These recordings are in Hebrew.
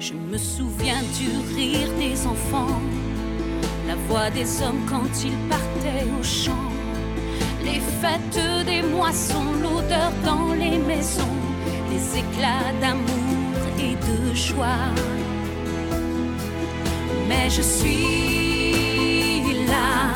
Je me souviens du rire des enfants, la voix des hommes quand ils partaient au champ, les fêtes des moissons, l'odeur dans les maisons, les éclats d'amour et de joie. Mais je suis là,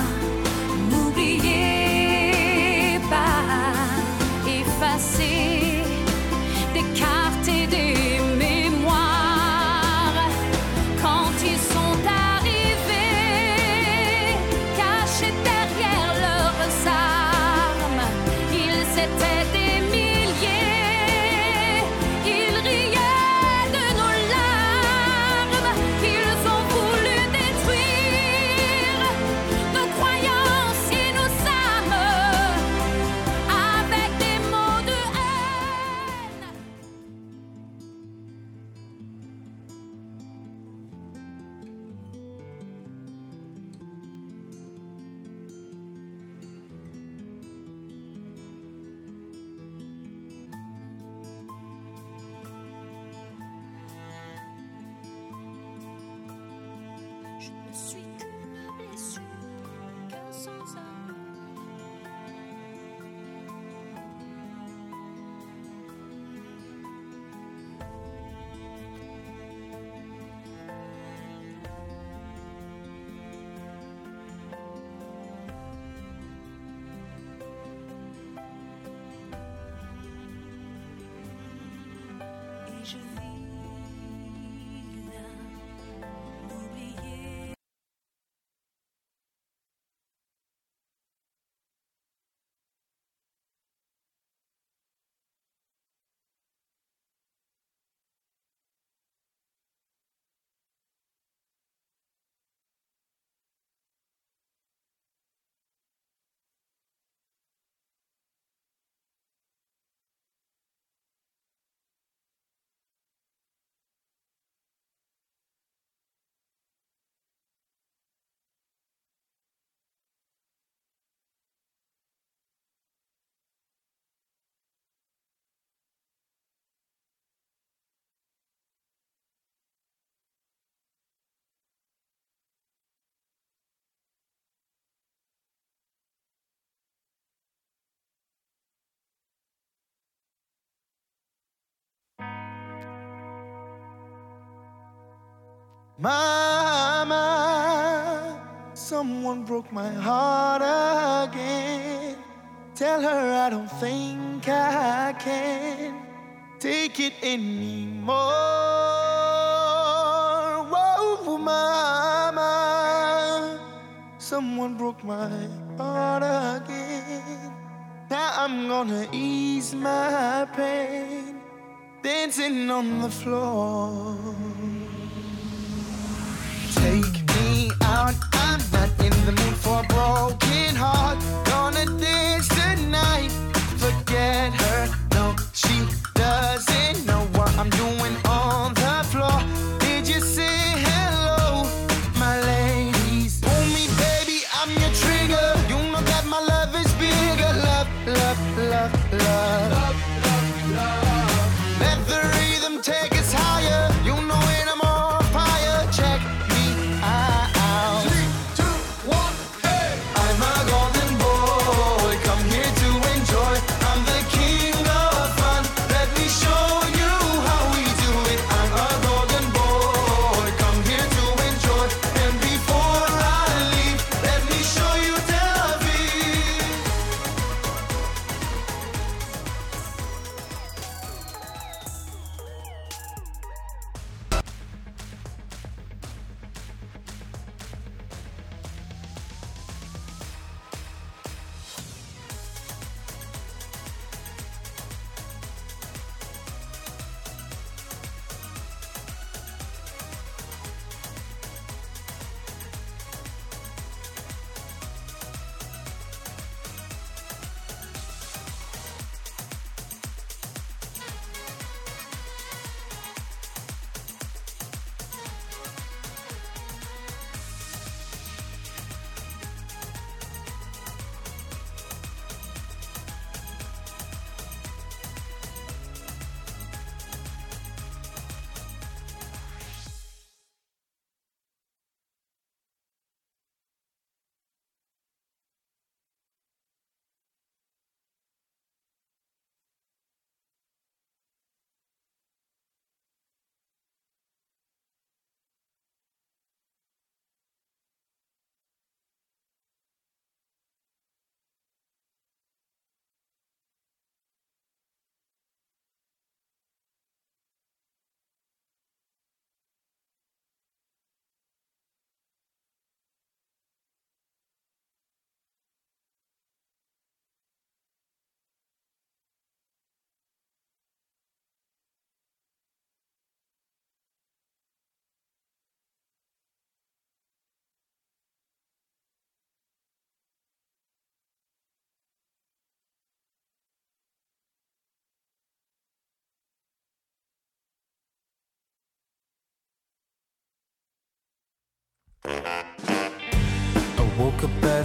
n'oubliez pas, effacer des cartes et des mémoires. Quand ils sont arrivés, cachés derrière leurs armes, ils étaient des milliers, ils riaient de nos larmes, ils ont voulu détruire nos croyances et nos âmes avec des mots de haine. Je ne suis qu'une blessure, qu'un sans âme. Et je vis là, n'oubliez. Mama, someone broke my heart again. Tell her I don't think I can take it anymore. Whoa, Mama, someone broke my heart again. Now I'm gonna ease my pain, dancing on the floor. Take me out, I'm not in the mood for a broken heart. Gonna dance tonight, forget her, no, she doesn't know what I'm doing on the floor. Did you say hello, my ladies? Pull me, baby, I'm your trigger. You know that my love is bigger. Love, love, love, love, love, love, love. Let the rhythm take us higher. You know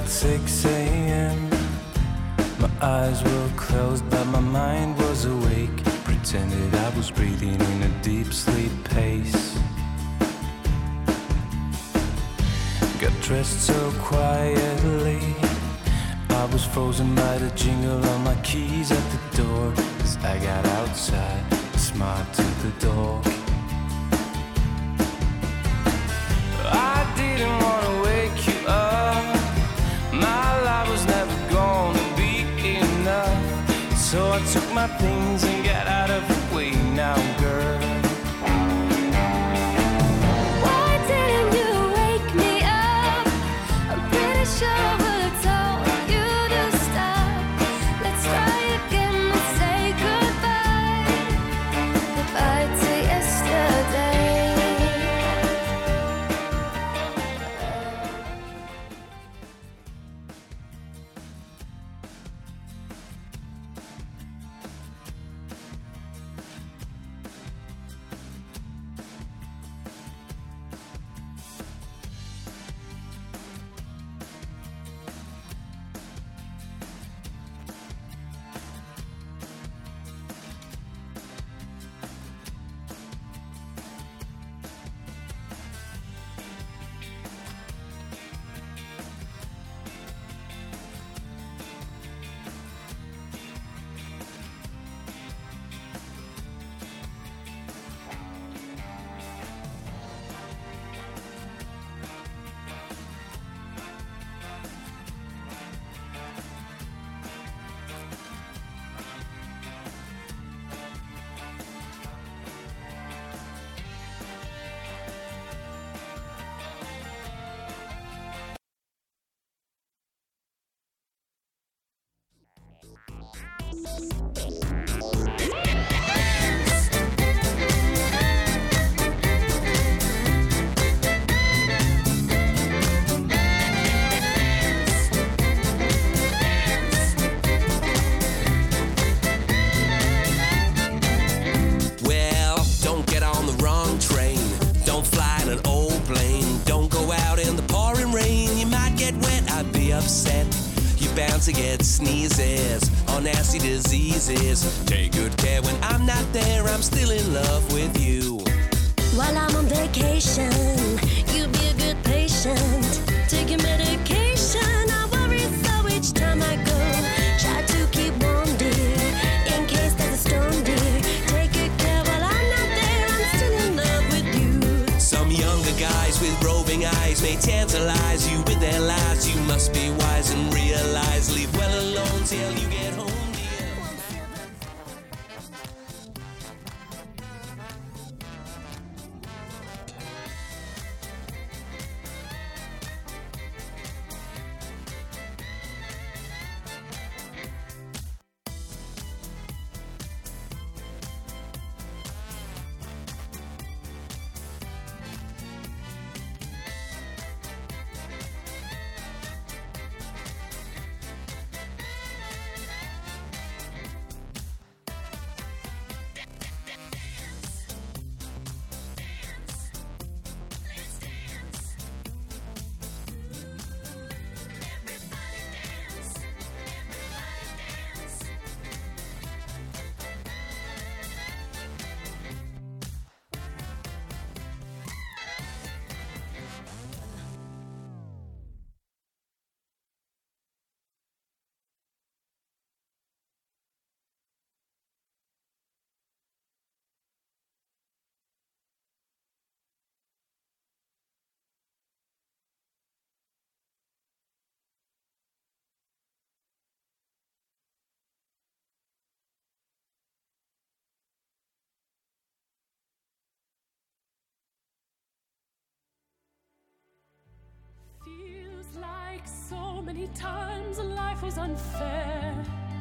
at 6 a.m. My eyes were closed but my mind was awake. Pretended I was breathing in a deep sleep pace. Got dressed so quietly, I was frozen by the jingle of my keys at the door. As I got outside, I smiled to the dog. I didn't want to wake you up. My life was never gonna be enough. So I took my things and got out of the way now, girl. Why didn't you wake me up? I'm pretty sure I would've told you to stop. Let's try again and say goodbye. Goodbye to yesterday. Well, don't get on the wrong train. Don't fly in an old plane. Don't go out in the pouring rain. You might get wet, I'd be upset. You're bound to get sneezes or nasty diseases. Take good care when I'm not there. I'm still in love with you. While I'm on vacation, you be a good patient. Take your medication. I worry so each time I go. Try to keep warm, dear, in case there's a storm, dear. Take good care while I'm not there. I'm still in love with you. Some younger guys with roving eyes may tantalize you with their lies. You must be wise and realize. Leave well alone till you get home, dear. Feels like so many times life was unfair.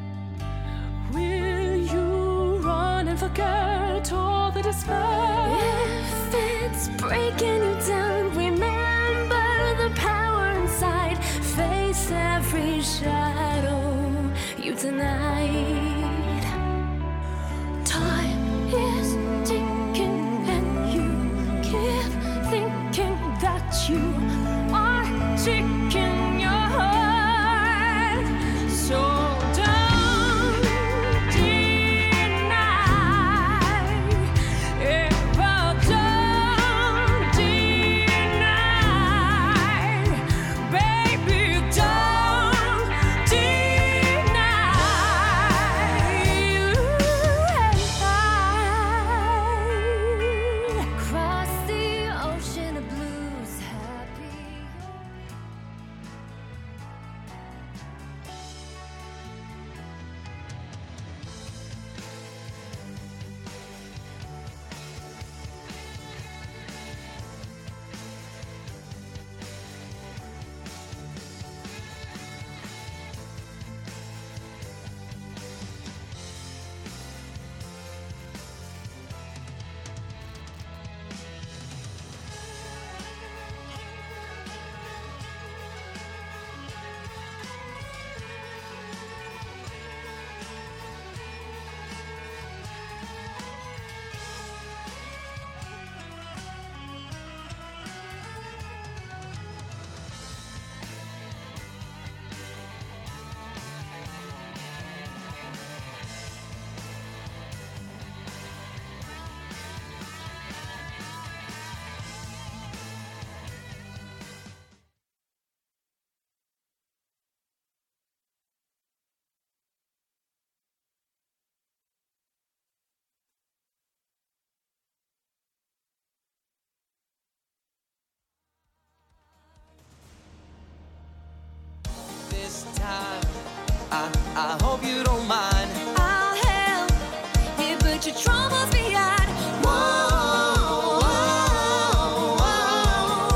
Will you run and forget all the despair? If it's breaking you down, remember the power inside. Face every shadow you denied. Time is ticking and you keep thinking that you are taking your heart. I hope you don't mind. I'll help you put your troubles behind. Whoa, whoa, whoa.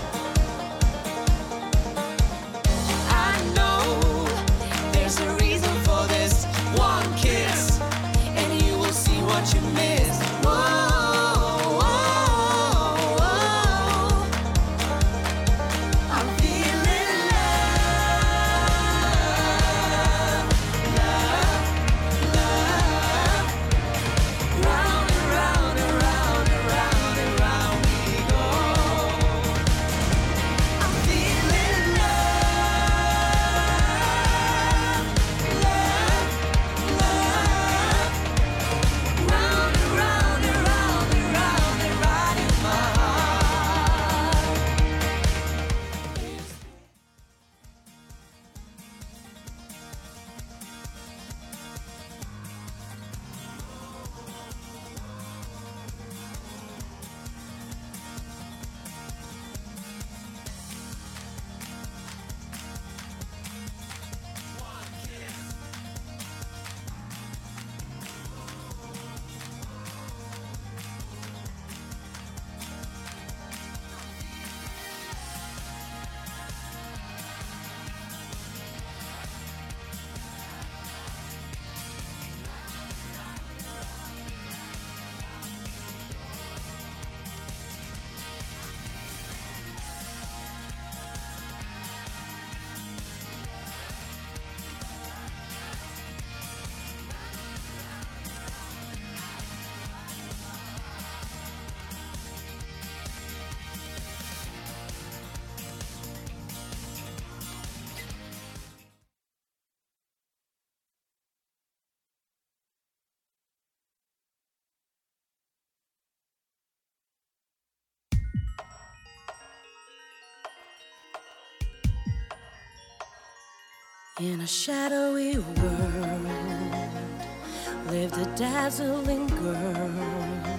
I know there's a reason for this one kiss, and you will see what you missed. Whoa. In a shadowy world lived a dazzling girl,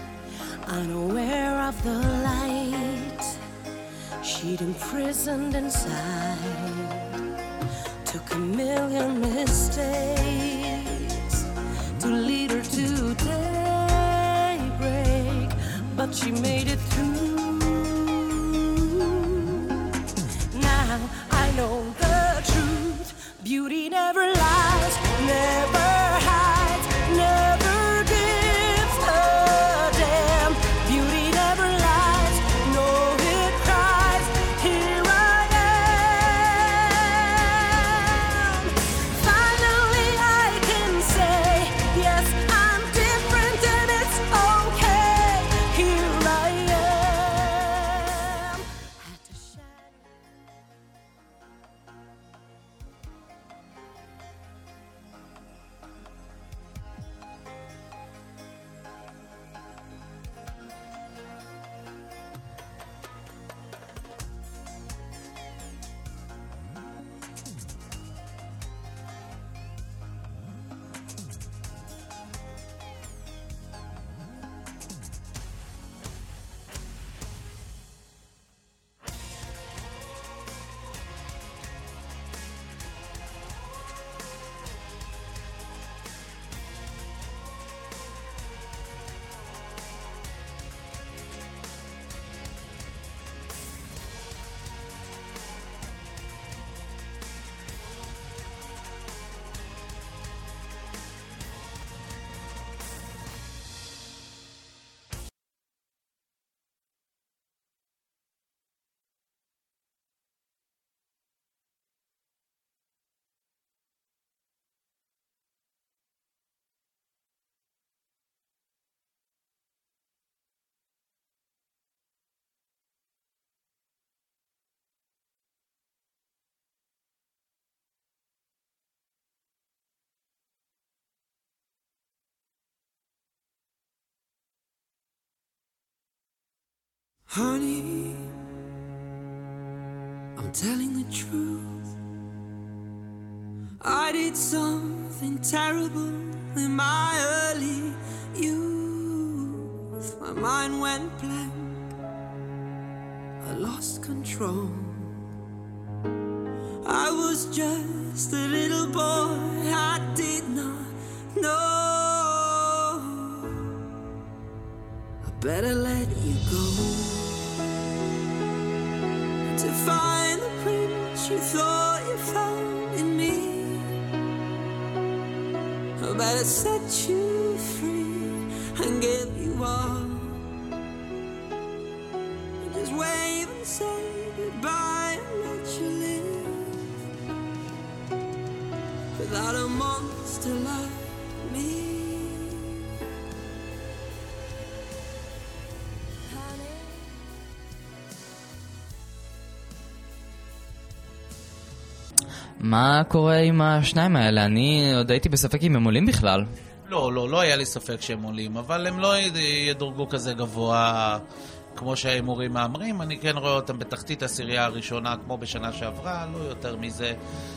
unaware of the light she'd imprisoned inside. Took a million mistakes to lead her to daybreak, but she made it through. Now I know the truth. Beauty never lies, never hides, never gives a damn. Beauty never lies, no it cries, here I am. Finally I can say, yes, I'm different and it's okay. Here I am. Had to shine. Honey, I'm telling the truth. I did something terrible in my early youth. My mind went blank, I lost control. I was was just a little boy, I did not know. I better let you go to find the prince you thought you found in me. I better set you free and give you all. Just wave and say goodbye and let you live without a monster like me. מה קורה עם השניים האלה? אני עוד הייתי בספק אם הם עולים בכלל. לא היה לי ספק שהם עולים, אבל הם לא ידורגו כזה גבוה כמו שהאמורים מאמרים. אני כן רואה אותם בתחתית הסירייה הראשונה כמו בשנה שעברה, לא יותר מזה.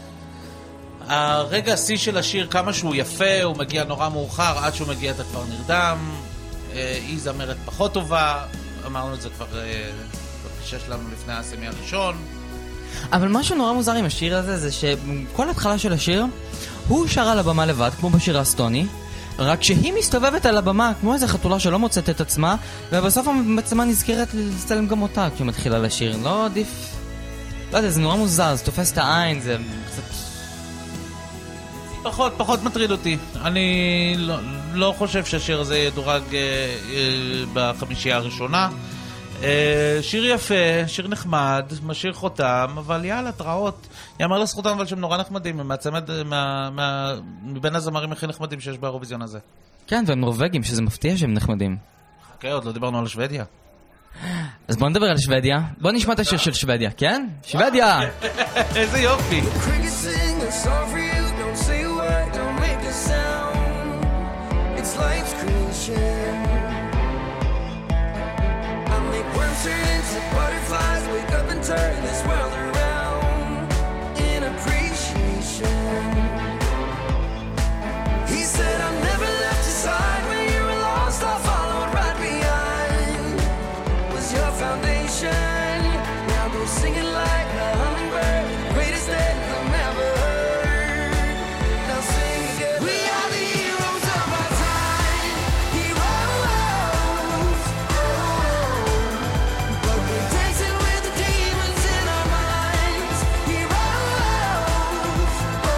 הרגע השיא של השיר, כמה שהוא יפה, הוא מגיע נורא מאוחר, עד שהוא מגיע אתה כבר נרדם. היא זמרת פחות טובה, אמרנו את זה כבר בפגישה שלנו לפני הסמי הראשון. אבל משהו נורא מוזר עם השיר הזה זה שכל התחלה של השיר הוא שר על הבמה לבד כמו בשיר האסטוני, רק שהיא מסתובבת על הבמה כמו איזה חתולה שלא מוצאת את עצמה, ובסוף המצלמה נזכרת לצלם גם אותה כשהיא מתחילה לשיר. לא עדיף, לא יודע, זה נורא מוזר, זה תופס את העין, זה קצת פחות מטריד אותי. אני לא חושב שהשיר הזה ידורג בחמישייה הראשונה. שיר יפה, שיר נחמד, משאיר חותם, אבל יאללה, תראות. יאמר לזכותם אבל שהם נורא נחמדים, הם מבין הזמרים הכי נחמדים שיש באירוויזיון הזה. כן, והם נורווגים, שזה מפתיע שהם נחמדים. חכה, עוד לא דיברנו על שוודיה. אז בוא נדבר על שוודיה. בוא נשמע את השיר של שוודיה, כן? שוודיה! איזה יופי! Turn into butterflies, wake up and turn this world around in appreciation. He said, I never left your side when you were lost. I followed right behind. Was your foundation. Now go singing like a hummingbird, the greatest anthem ever heard. Now sing again. We are the heroes of our time. Heroes. Dancing with the demons in our minds. Heroes.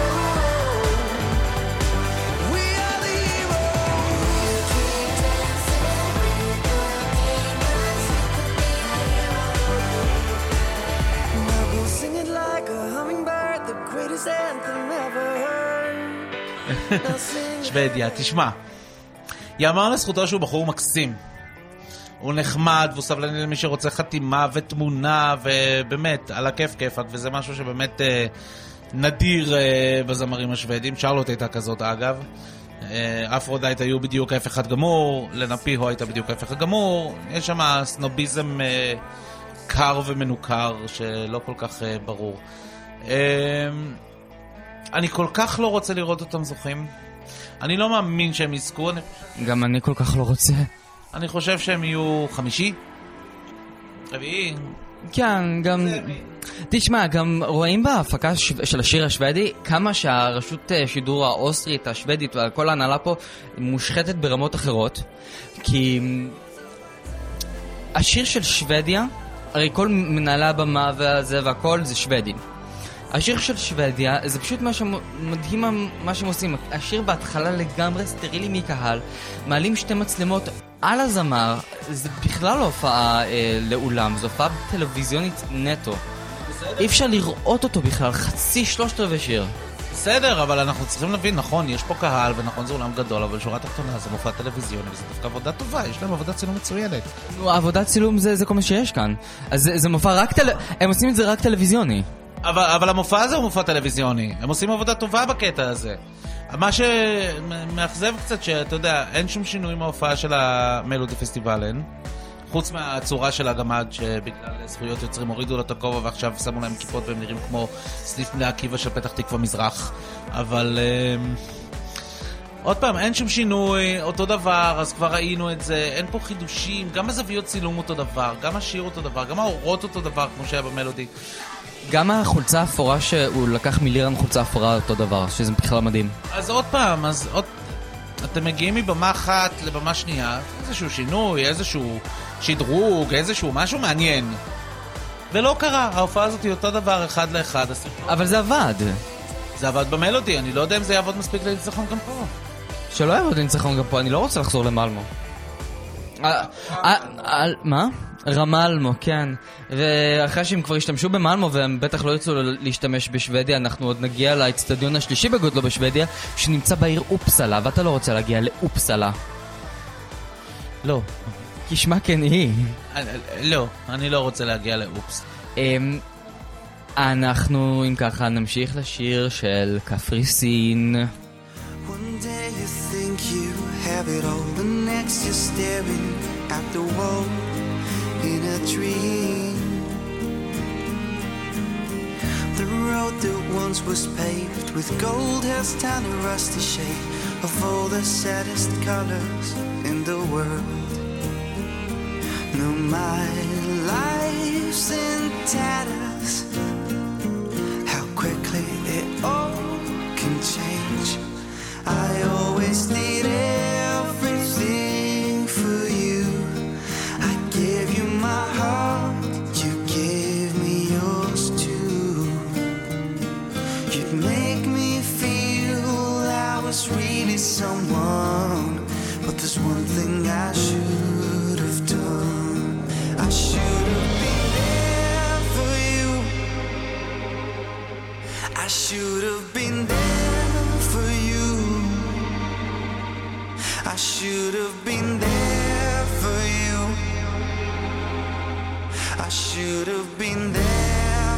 We are the heroes. Now go singing like a hummingbird, the greatest anthem ever heard. Now sing. שוודיה, תשמע. יאמר לזכותו שהוא בחור מקסים. הוא נחמד, והוא סבלני למי שרוצה חתימה ותמונה, ובאמת, על הכיף כיפק, וזה משהו שבאמת נדיר בזמרים השוודים. שרלוט הייתה כזאת אגב. אפרודייט היו בדיוק ההפך אחד גמור, לנפיהו הייתה בדיוק ההפך הגמור. יש שם סנוביזם קר ומנוכר שלא כל כך ברור. אני כל כך לא רוצה לראות אותם זוכים. אני לא מאמין שהם יזכו. גם אני כל כך לא רוצה. אני חושב שהם יהיו חמישי, רביעי. כן, גם תשמע, גם רואים בהפקה של השיר השוודי כמה שהרשות שידור האוסטרית, השוודית וכל ההנהלה פה מושחתת ברמות אחרות. כי השיר של שוודיה, הרי כל מנהלי הבמה והזה והכל זה שוודים. השיר של שוודיה זה פשוט מדהים מה שהם עושים. השיר בהתחלה לגמרי סטרילי מקהל, מעלים שתי מצלמות על הזמר. זה בכלל לא הופעה לאולם, זו הופעה טלוויזיונית נטו. אי אפשר לראות אותו בכלל, חצי 3/4 שיר. בסדר, אבל אנחנו צריכים להבין, נכון, יש פה קהל, ונכון זה אולם גדול, אבל שורה תחתונה זה מופע טלוויזיוני, וזה דווקא עבודה טובה, יש להם עבודת צילום מצוינת. עבודת צילום זה כל מה שיש כאן. אז זה מופע רק הם עושים את זה רק טלוויזיוני. אבל המופע הזה הוא מופע טלוויזיוני, הם עושים עבודה טובה בקטע הזה. מה שמאכזב קצת שאתה יודע, אין שום שינוי מההופעה של המלודי פסטיבלן, חוץ מהצורה של הגמד שבגלל זכויות יוצרים הורידו לו את הכובע ועכשיו שמו להם כיפות והם נראים כמו סניף בני עקיבא של פתח תקווה מזרח. אבל עוד פעם, אין שום שינוי, אותו דבר, אז כבר ראינו את זה, אין פה חידושים, גם הזוויות צילום אותו דבר, גם השיר אותו דבר, גם האורות אותו דבר כמו שהיה במלודי. גם החולצה האפורה שהוא לקח מלירן חולצה אפורה אותו דבר, שזה בכלל מדהים. אז עוד פעם, אתם מגיעים מבמה אחת לבמה שנייה, איזשהו שינוי, איזשהו שדרוג, איזשהו משהו מעניין. ולא קרה, ההופעה הזאת היא אותו דבר אחד לאחד. אבל זה עבד. זה עבד במלודי, אני לא יודע אם זה יעבוד מספיק לניצחון גם פה. שלא יעבוד לניצחון גם פה, אני לא רוצה לחזור למלמו. מה? רמלמו, כן. ואחרי שהם כבר השתמשו במלמו והם בטח לא ירצו להשתמש בשוודיה, אנחנו עוד נגיע לאצטדיון השלישי בגודלו בשוודיה, שנמצא בעיר אופסלה, ואתה לא רוצה להגיע לאופסלה. לא. כשמה כן היא. לא, אני לא רוצה להגיע לאופס. אנחנו, אם ככה, נמשיך לשיר של קפריסין. One day you think you have it all, the next you're staring at the wall in a dream. The road that once was paved with gold has turned a rusty shade of all the saddest colors in the world. No, my life's in tatters. How quickly it all can change. I always did everything for you. I gave you my heart, you gave me yours too. You'd make me feel I was really someone, but there's one thing I should have done. I should have been there for you. I should have been there for you. I should have been there for you. I should have been there.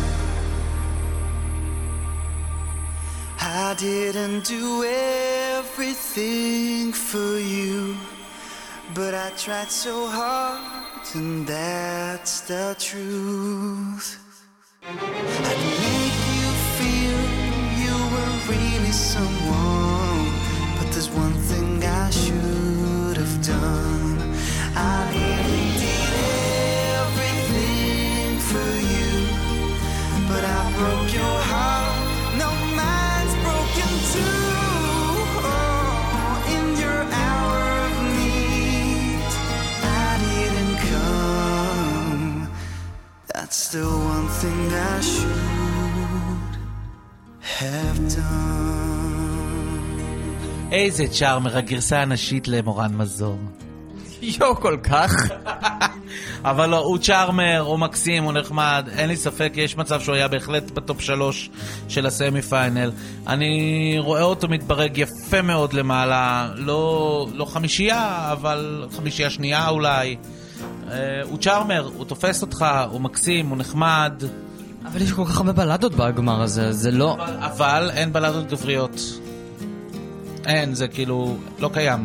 I didn't do everything for you, but I tried so hard, and that's the truth. I'd make you feel you were really someone, but there's one thing I should have done. I nearly did everything for you, but I broke your heart. No, mine's broken too. Oh, in your hour of need, I didn't come. That's the one thing I should have done. איזה צ'ארמר, הגרסה הנשית למורן מזור. כל כך. אבל לא, הוא צ'ארמר, הוא מקסים, הוא נחמד, אין לי ספק, יש מצב שהוא היה בהחלט בטופ 3 של הסמי פיינל. אני רואה אותו מתברג יפה מאוד למעלה, לא חמישייה, אבל חמישייה שנייה אולי. הוא צ'ארמר, הוא תופס אותך, הוא מקסים, הוא נחמד. אבל יש כל כך הרבה בלדות בגמר הזה, זה לא... אבל אין בלדות גבריות. אין, זה כאילו לא קיים.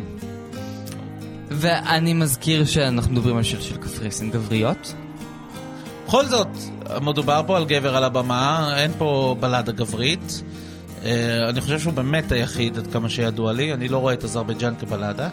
ואני מזכיר שאנחנו מדברים על של קפריסין גבריות. בכל זאת, מדובר פה על גבר על הבמה, אין פה בלדה גברית. אני חושב שהוא באמת היחיד עד כמה שידוע לי, אני לא רואה את אזרבייג'אן כבלדה.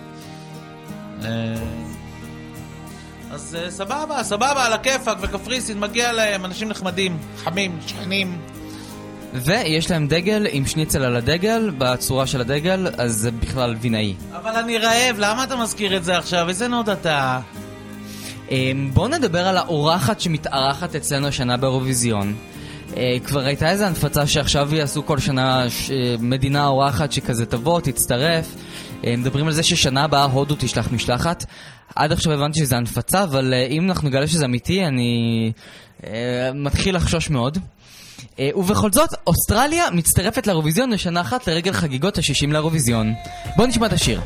אז סבבה, על הכיפק, וקפריסין מגיע להם, אנשים נחמדים, חמים, שכנים. ויש להם דגל עם שניצל על הדגל, בצורה של הדגל, אז זה בכלל וינאי. אבל אני רעב, למה אתה מזכיר את זה עכשיו? איזה נוד אתה? בואו נדבר על האורחת שמתארחת אצלנו השנה באירוויזיון. כבר הייתה איזו הנפצה שעכשיו יעשו כל שנה מדינה אורחת שכזה תבוא, תצטרף. מדברים על זה ששנה הבאה הודו תשלח משלחת. עד עכשיו הבנתי שזה הנפצה, אבל אם אנחנו נגלה שזה אמיתי, אני מתחיל לחשוש מאוד. ובכל זאת, אוסטרליה מצטרפת לאירוויזיון לשנה אחת לרגל חגיגות ה-60 לאירוויזיון. בואו נשמע את השיר.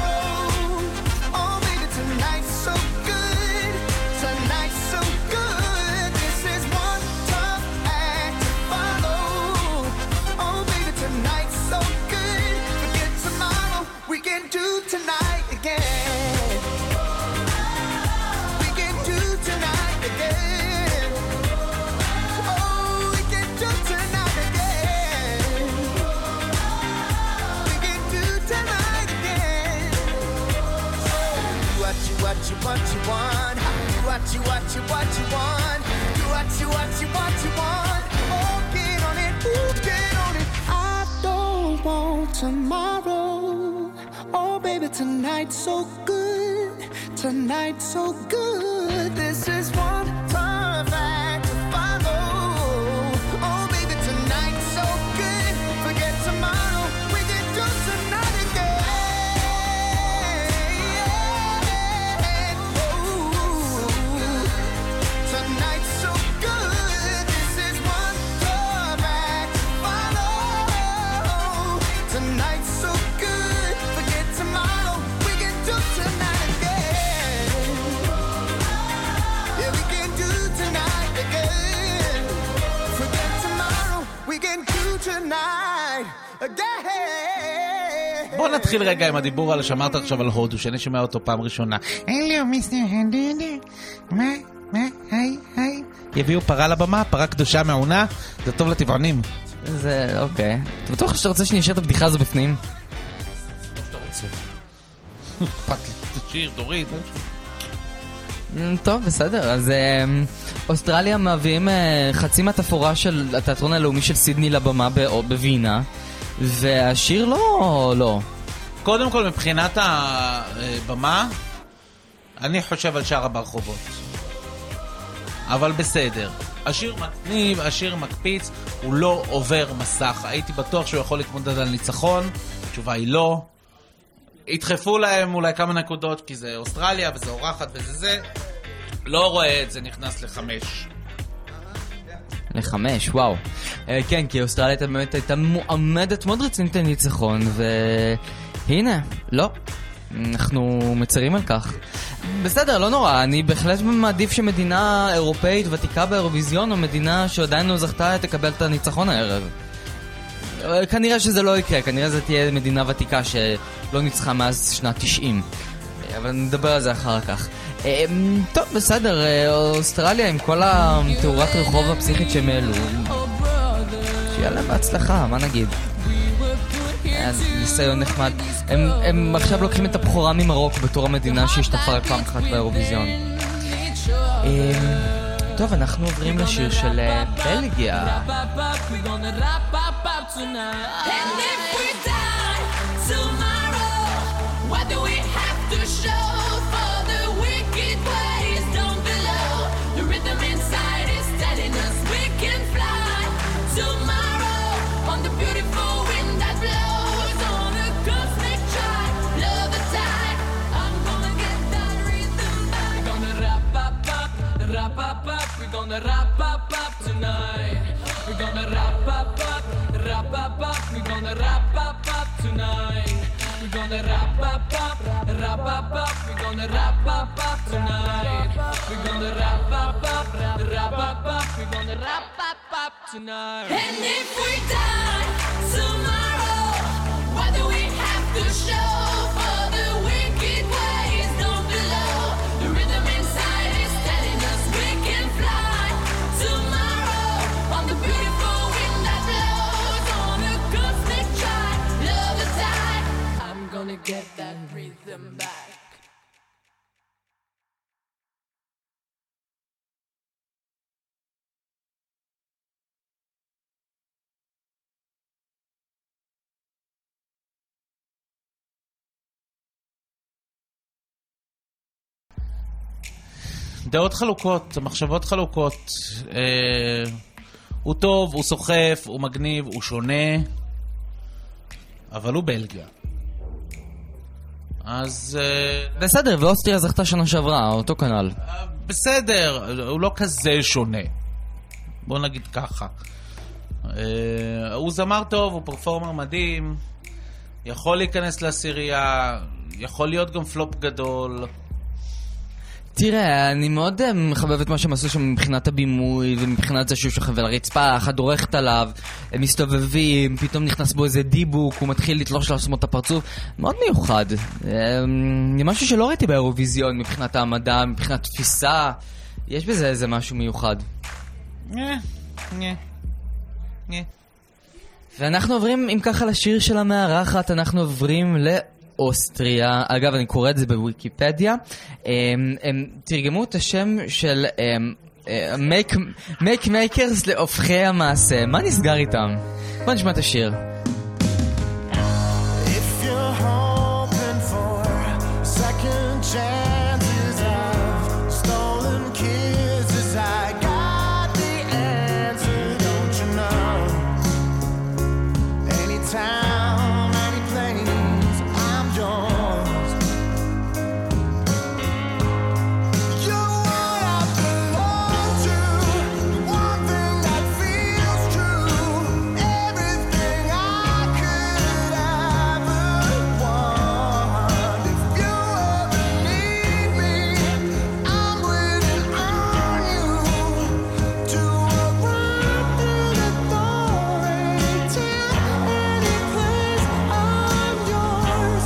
Tonight's so good. what you want. Do what you want. Oh, get on it, ooh, get on it. I don't want tomorrow. Oh, baby, tonight's so good. Tonight's so good. This is one perfect to follow. Oh, baby, tonight's so good. Forget tomorrow. We can do tonight again. Ooh, tonight's so good. This is one perfect to follow. Tonight's so good. Forget tomorrow. We can do tonight again. Yeah, we can do tonight again. Forget tomorrow. We can do tonight again. בוא נתחיל רגע עם הדיבור על שמרת עכשיו על הודו, שאני שומע אותו פעם ראשונה. הלו, מיסטר הנדונו. מה? היי. יביאו פרה לבמה, פרה קדושה מעונה, זה טוב לטבעונים. זה, אוקיי. אתה בטוח שאתה רוצה שנשאר את הבדיחה הזו בפנים? שאתה רוצה. אכפת לי, תשאיר, תוריד. טוב, בסדר. אז אוסטרליה מביאים חצי מהתפאורה של התיאטרון הלאומי של סידני לבמה בווינה, והשיר לא. קודם כל, מבחינת הבמה, אני חושב על שאר ברחובות. אבל בסדר. השיר מגניב, השיר מקפיץ, הוא לא עובר מסך. הייתי בטוח שהוא יכול להתמודד על ניצחון, התשובה היא לא. ידחפו להם אולי כמה נקודות, כי זה אוסטרליה וזה אורחת וזה. לא רואה את זה נכנס ל5. וואו. כן, כי אוסטרליה באמת הייתה מועמדת מאוד רצינית לניצחון, והנה, לא. אנחנו מצרים על כך. בסדר, לא נורא, אני בהחלט מעדיף שמדינה אירופאית ותיקה באירוויזיון, או מדינה שעדיין לא זכתה תקבל את הניצחון הערב. כנראה שזה לא יקרה, כנראה זה תהיה מדינה ותיקה שלא ניצחה מאז שנת 90. אבל נדבר על זה אחר כך. טוב, בסדר, אוסטרליה עם כל התאורת רחוב הפסיכית שהם העלו, שיהיה להם בהצלחה, מה נגיד? ניסיון נחמד. הם עכשיו לוקחים את הבחורה ממרוק בתור המדינה שהשתתפה רק פעם אחת באירוויזיון. טוב, אנחנו עוברים לשיר של בלגיה. We're gonna wrap up tonight. We're gonna wrap up We're gonna wrap up tonight. We're gonna wrap up We're gonna wrap up tonight. We're gonna wrap up We're gonna wrap up tonight. And if we die tomorrow, what do we have to show for the wicked ways down below? The rhythm inside is telling us we can fly tomorrow on the beautiful wind that blows on a cosmic chart. Love the tide. I'm gonna get that rhythm back. דעות חלוקות, מחשבות חלוקות. הוא טוב, הוא סוחף, הוא מגניב, הוא שונה, אבל הוא בלגיה. אז בסדר, ואוסטריה זכתה שנה שעברה, אותו כנל. בסדר, הוא לא כזה שונה, בוא נגיד ככה. הוא זמר טוב, הוא פרפורמר מדהים, יכול להיכנס לעשירייה, יכול להיות גם פלופ גדול. תראה, אני מאוד מחבב את מה שהם עשו שם מבחינת הבימוי ומבחינת זה שהוא שוכב על הרצפה, אחד דורכת עליו, הם מסתובבים, פתאום נכנס בו איזה דיבוק, הוא מתחיל לתלוש לעצמו את הפרצוף, מאוד מיוחד. זה משהו שלא ראיתי באירוויזיון מבחינת העמדה, מבחינת תפיסה, יש בזה איזה משהו מיוחד. ואנחנו עוברים, אם ככה, לשיר של המארחת, אנחנו עוברים מאוסטריה. אגב, אני קורא את זה בוויקיפדיה. הם תרגמו את השם של make makers להופכי המעשה. מה נסגר איתם? בוא נשמע את השיר. If you're hoping for second chances, I've stolen kisses. I got the answer, don't you know? Anytime, any place, I'm yours. You're what I belong to, the one thing that feels true. Everything I could ever want. If you ever need me, I'm waiting on you to arrive through the door. Anytime, any place, I'm yours.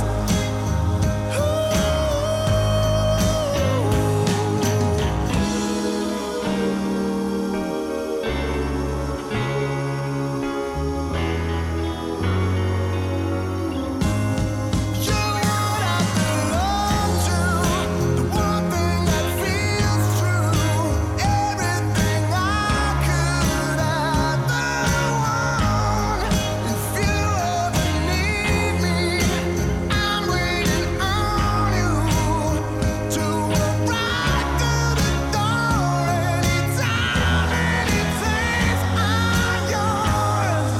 You're what I belong to, the one thing that feels true. Everything I could ever want. If you ever need me, I'm waiting on you to arrive through the door. Anytime, any place, I'm yours.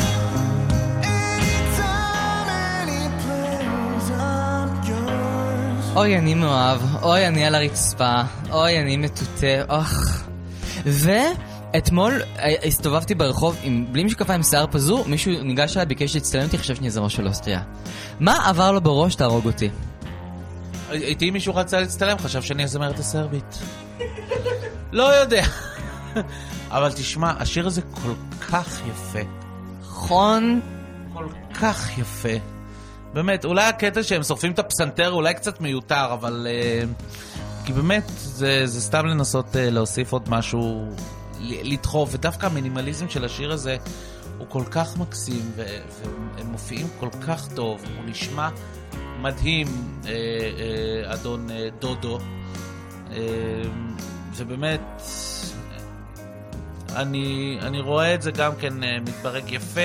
Anytime, any place, I'm yours. אוי, אני מאוהב, אוי, אני על הרצפה, אוי, אני מטוטה, אוח. ואתמול הסתובבתי ברחוב בלי משקפיים שיער פזור, מישהו ניגש אליי, ביקש להצטלם אותי, חשב שאני זמר של אוסטריה. מה עבר לו בראש? תהרוג אותי. איתי מישהו רצה להצטלם, חשב שאני הזמרת הסרבית. לא יודע. אבל תשמע, השיר הזה כל כך יפה. נכון? כל כך יפה. באמת, אולי הקטע שהם שורפים את הפסנתר אולי קצת מיותר, אבל כי באמת זה סתם לנסות להוסיף עוד משהו, לדחוף, ודווקא המינימליזם של השיר הזה הוא כל כך מקסים, והם מופיעים כל כך טוב, הוא נשמע מדהים, אדון דודו, ובאמת אני רואה את זה גם כן מתברג יפה.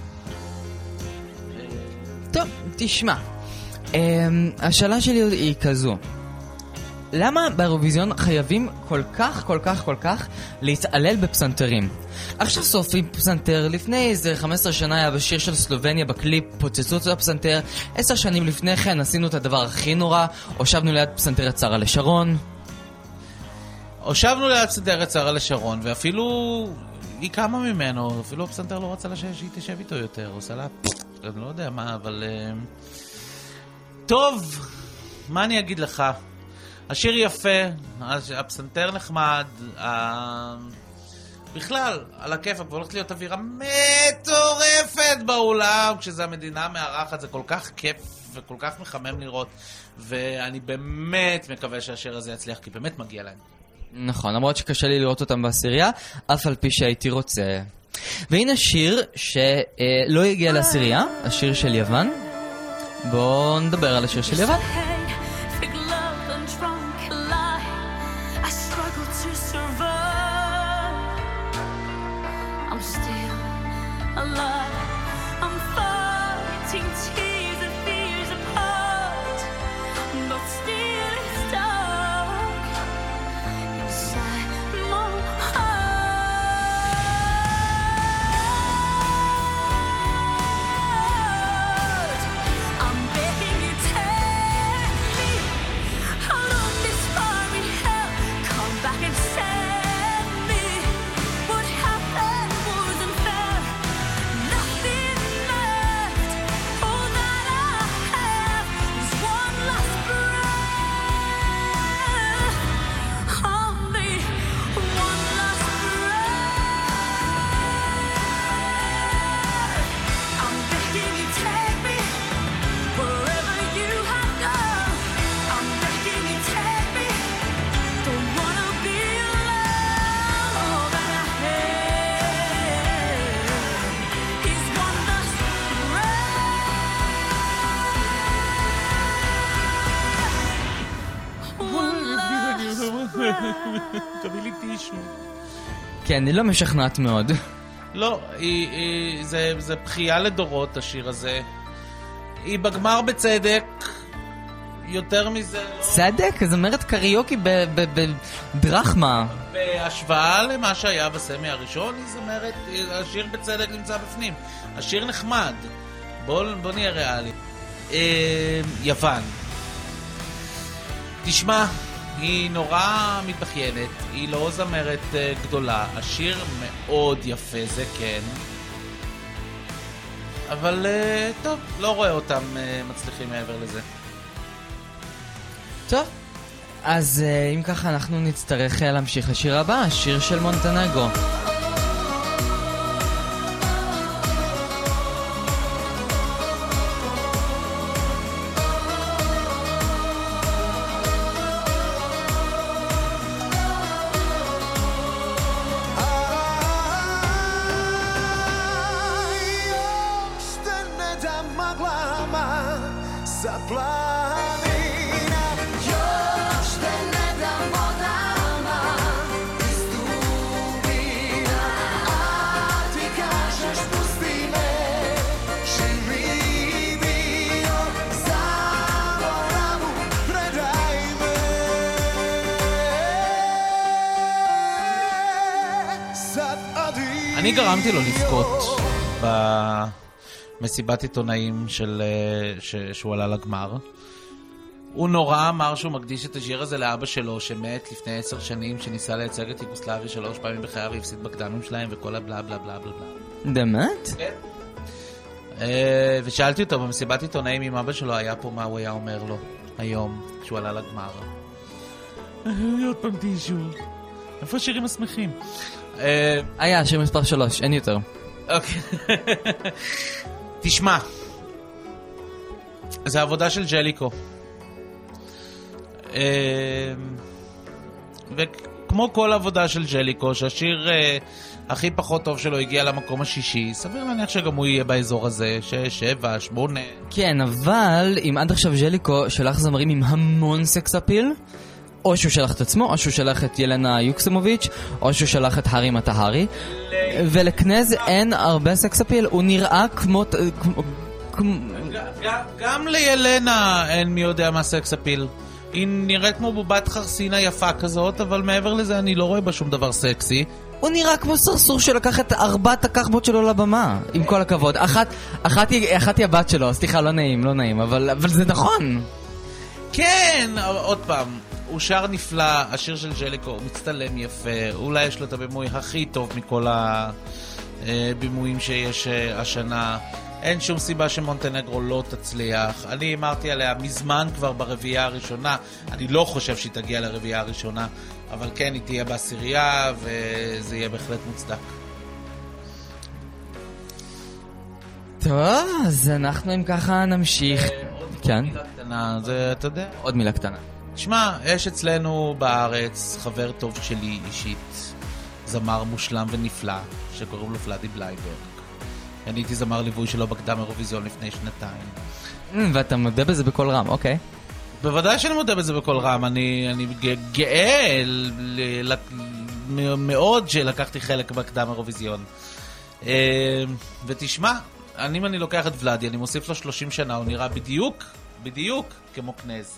טוב, תשמע, השאלה שלי היא כזו, למה באירוויזיון חייבים כל כך להתעלל בפסנתרים? עכשיו שורפים פסנתר, לפני איזה 15 שנה היה בשיר של סלובניה בקליפ, פוצצו את הפסנתר, 10 שנים לפני כן עשינו את הדבר הכי נורא, הושבנו ליד פסנתר את שרה לשרון. הושבנו ליד פסנתר את שרה לשרון, ואפילו היא קמה ממנו, אפילו הפסנתר לא רצה שהיא תשב איתו יותר, עושה לה, אני לא יודע מה, אבל טוב, מה אני אגיד לך? השיר יפה, הפסנתר נחמד, בכלל, על הכיפאק, והולכת להיות אווירה מטורפת באולם, כשזה המדינה מארחת, זה כל כך כיף וכל כך מחמם לראות, ואני באמת מקווה שהשיר הזה יצליח, כי באמת מגיע להם. נכון, למרות שקשה לי לראות אותם בעשירייה, אף על פי שהייתי רוצה. והנה שיר שלא הגיע לעשירייה, השיר של יוון. בואו נדבר על השיר של יוון. תביא לי טישו. כן, היא לא משכנעת מאוד. לא, זה בחייה לדורות, השיר הזה. היא בגמר בצדק, יותר מזה לא. צדק? אז אומרת קריוקי בדרחמה. בהשוואה למה שהיה בסמי הראשון, היא זמרת, השיר בצדק נמצא בפנים. השיר נחמד. בוא נהיה ריאלי. יוון. תשמע, היא נורא מתבחיינת, היא לא זמרת גדולה, השיר מאוד יפה, זה כן. אבל טוב, לא רואה אותם מצליחים מעבר לזה. טוב, אז אם ככה אנחנו נצטרך להמשיך לשיר הבא, השיר של מונטנגרו. אני גרמתי לו לבכות במסיבת עיתונאים שהוא עלה לגמר. הוא נורא אמר שהוא מקדיש את השיר הזה לאבא שלו שמת לפני 10 שנים, שניסה לייצג את יוגוסלביה 3 פעמים בחייו והפסיד בקדמים שלהם וכל הבלה בלה בלה בלה בלה. באמת? כן. ושאלתי אותו במסיבת עיתונאים אם אבא שלו היה פה, מה הוא היה אומר לו היום כשהוא עלה לגמר. עוד פעם טישו. איפה השירים השמחים? היה, שיר מספר 3, אין יותר. אוקיי. תשמע, זה עבודה של ג'ליקו. וכמו כל עבודה של ג'ליקו, שהשיר הכי פחות טוב שלו הגיע למקום השישי, סביר להניח שגם הוא יהיה באזור הזה, 6, 7, 8. כן, אבל אם עד עכשיו ג'ליקו שלח זמרים עם המון סקס אפיל, או שהוא שלח את עצמו, או שהוא שלח את ילנה יוקסמוביץ', או שהוא שלח את הארי מטהרי, ולקנז אין הרבה סקס אפיל, הוא נראה כמו... גם לילנה אין מי יודע מה סקס אפיל. היא נראית כמו בובת חרסינה יפה כזאת, אבל מעבר לזה אני לא רואה בה שום דבר סקסי. הוא נראה כמו סרסור שלקח את 4 הכחבות שלו לבמה, עם כל הכבוד. אחת היא הבת שלו, סליחה, לא נעים, אבל זה נכון. כן, עוד פעם, הוא שר נפלא, השיר של ג'ליקו, הוא מצטלם יפה, אולי יש לו את הבימוי הכי טוב מכל הבימויים שיש השנה. אין שום סיבה שמונטנגרו לא תצליח. אני אמרתי עליה מזמן כבר ברביעייה הראשונה, אני לא חושב שהיא תגיע לרביעייה הראשונה, אבל כן, היא תהיה בעשירייה וזה יהיה בהחלט מוצדק. טוב, אז אנחנו אם ככה נמשיך. עוד מילה קטנה, זה אתה יודע? עוד מילה קטנה. תשמע, יש אצלנו בארץ חבר טוב שלי אישית, זמר מושלם ונפלא, שקוראים לו ולדי בלייברג. אני הייתי זמר ליווי שלו בקדם אירוויזיון לפני 2. ואתה מודה בזה בכל רם, אוקיי. בוודאי שאני מודה בזה בכל רם, אני גאה מאוד שלקחתי חלק בקדם אירוויזיון. ותשמע, אם אני לוקח את ולדי, אני מוסיף לו 30 שנה, הוא נראה בדיוק כמו קנז.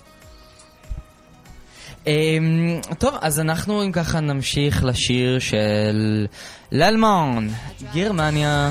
טוב, אז אנחנו אם ככה נמשיך לשיר של לאלמון, גרמניה.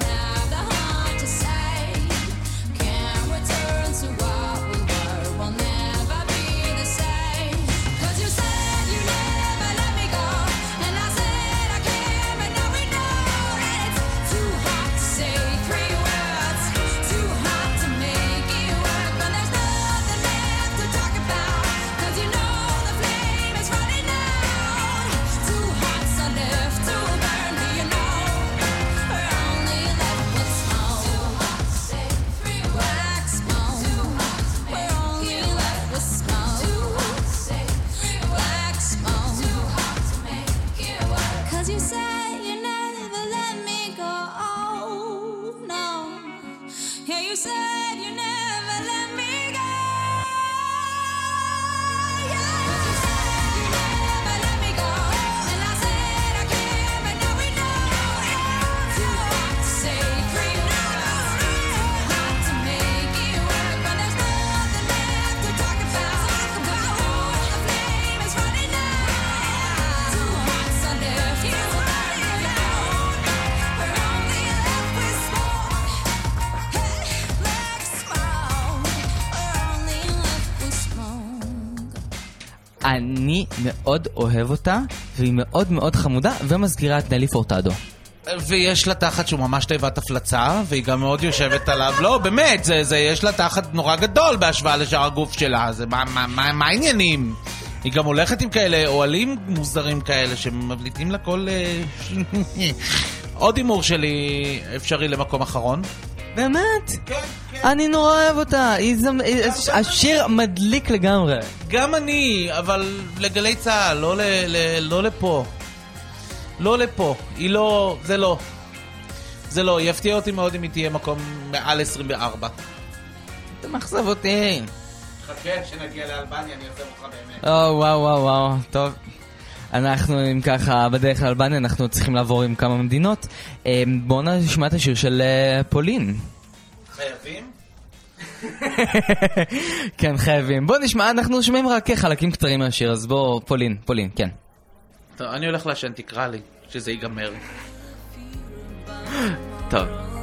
Can't return to what we were. We'll never אני מאוד אוהב אותה, והיא מאוד מאוד חמודה, ומזכירה את נלי פורטדו. ויש לה תחת שהוא ממש תיבת הפלצה, והיא גם מאוד יושבת עליו. לא, באמת, יש לה תחת נורא גדול בהשוואה לשאר הגוף שלה. מה העניינים? היא גם הולכת עם כאלה אוהלים מוזרים כאלה, שמבליטים לה כל... עוד הימור שלי אפשרי למקום אחרון. באמת? אני נורא אוהב אותה. השיר מדליק לגמרי. גם אני, אבל לגלי צהל, לא לפה. לא לפה. היא לא... זה לא. יפתיע אותי מאוד אם היא תהיה מקום מעל 24. אתה מחשב אותי. חכה, שנגיע לאלבניה, אני אעזב אותך באמת. וואו. טוב. אנחנו, אם ככה, בדרך לאלבניה, אנחנו צריכים לעבור עם כמה מדינות. בואו נשמע את השיר של פולין. חייבים? כן, חייבים. בואו נשמע, אנחנו שומעים רק חלקים קצרים מהשיר, אז בואו, פולין, כן. טוב, אני הולך לעשן, תקרא לי, שזה ייגמר. טוב.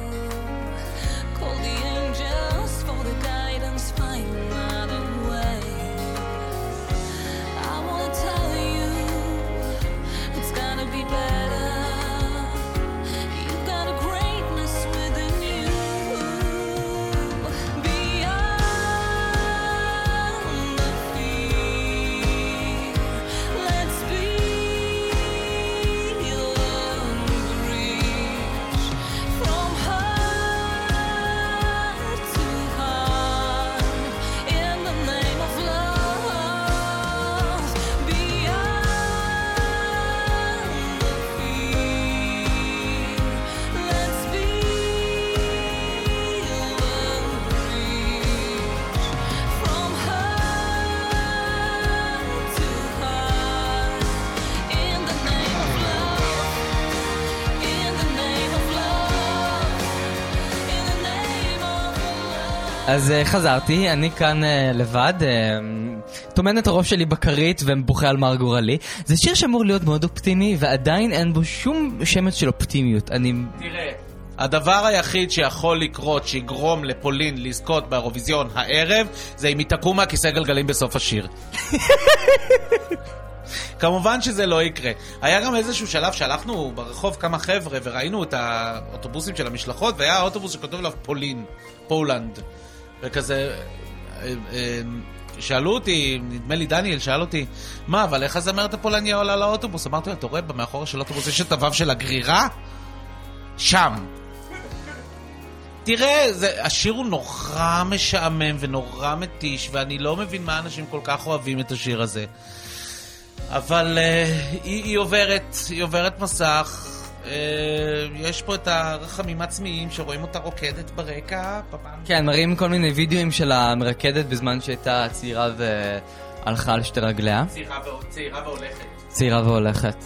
אז חזרתי, אני כאן לבד, תומן את הראש שלי בקרית ובוכה על מר גורלי. זה שיר שאמור להיות מאוד אופטימי, ועדיין אין בו שום שמץ של אופטימיות. תראה, הדבר היחיד שיכול לקרות שיגרום לפולין לזכות באירוויזיון הערב, זה אם היא תקום מהכיסא גלגלים בסוף השיר. כמובן שזה לא יקרה. היה גם איזשהו שלב שהלכנו ברחוב כמה חבר'ה וראינו את האוטובוסים של המשלחות, והיה האוטובוס שכתוב עליו פולנד. וכזה, שאלו אותי, נדמה לי דניאל, שאל אותי, מה, אבל איך הזמרת הפולניה עולה לאוטובוס? אמרתי לו, אתה רואה, במאחורה של האוטובוס יש את הוו של הגרירה? שם. תראה, השיר הוא נורא משעמם ונורא מתיש, ואני לא מבין מה אנשים כל כך אוהבים את השיר הזה. אבל היא עוברת מסך. יש פה את הרחמים עצמיים שרואים אותה רוקדת ברקע. כן, מראים כל מיני וידאוים של המרקדת בזמן שהייתה צעירה והלכה על שתי רגליה. צעירה והולכת.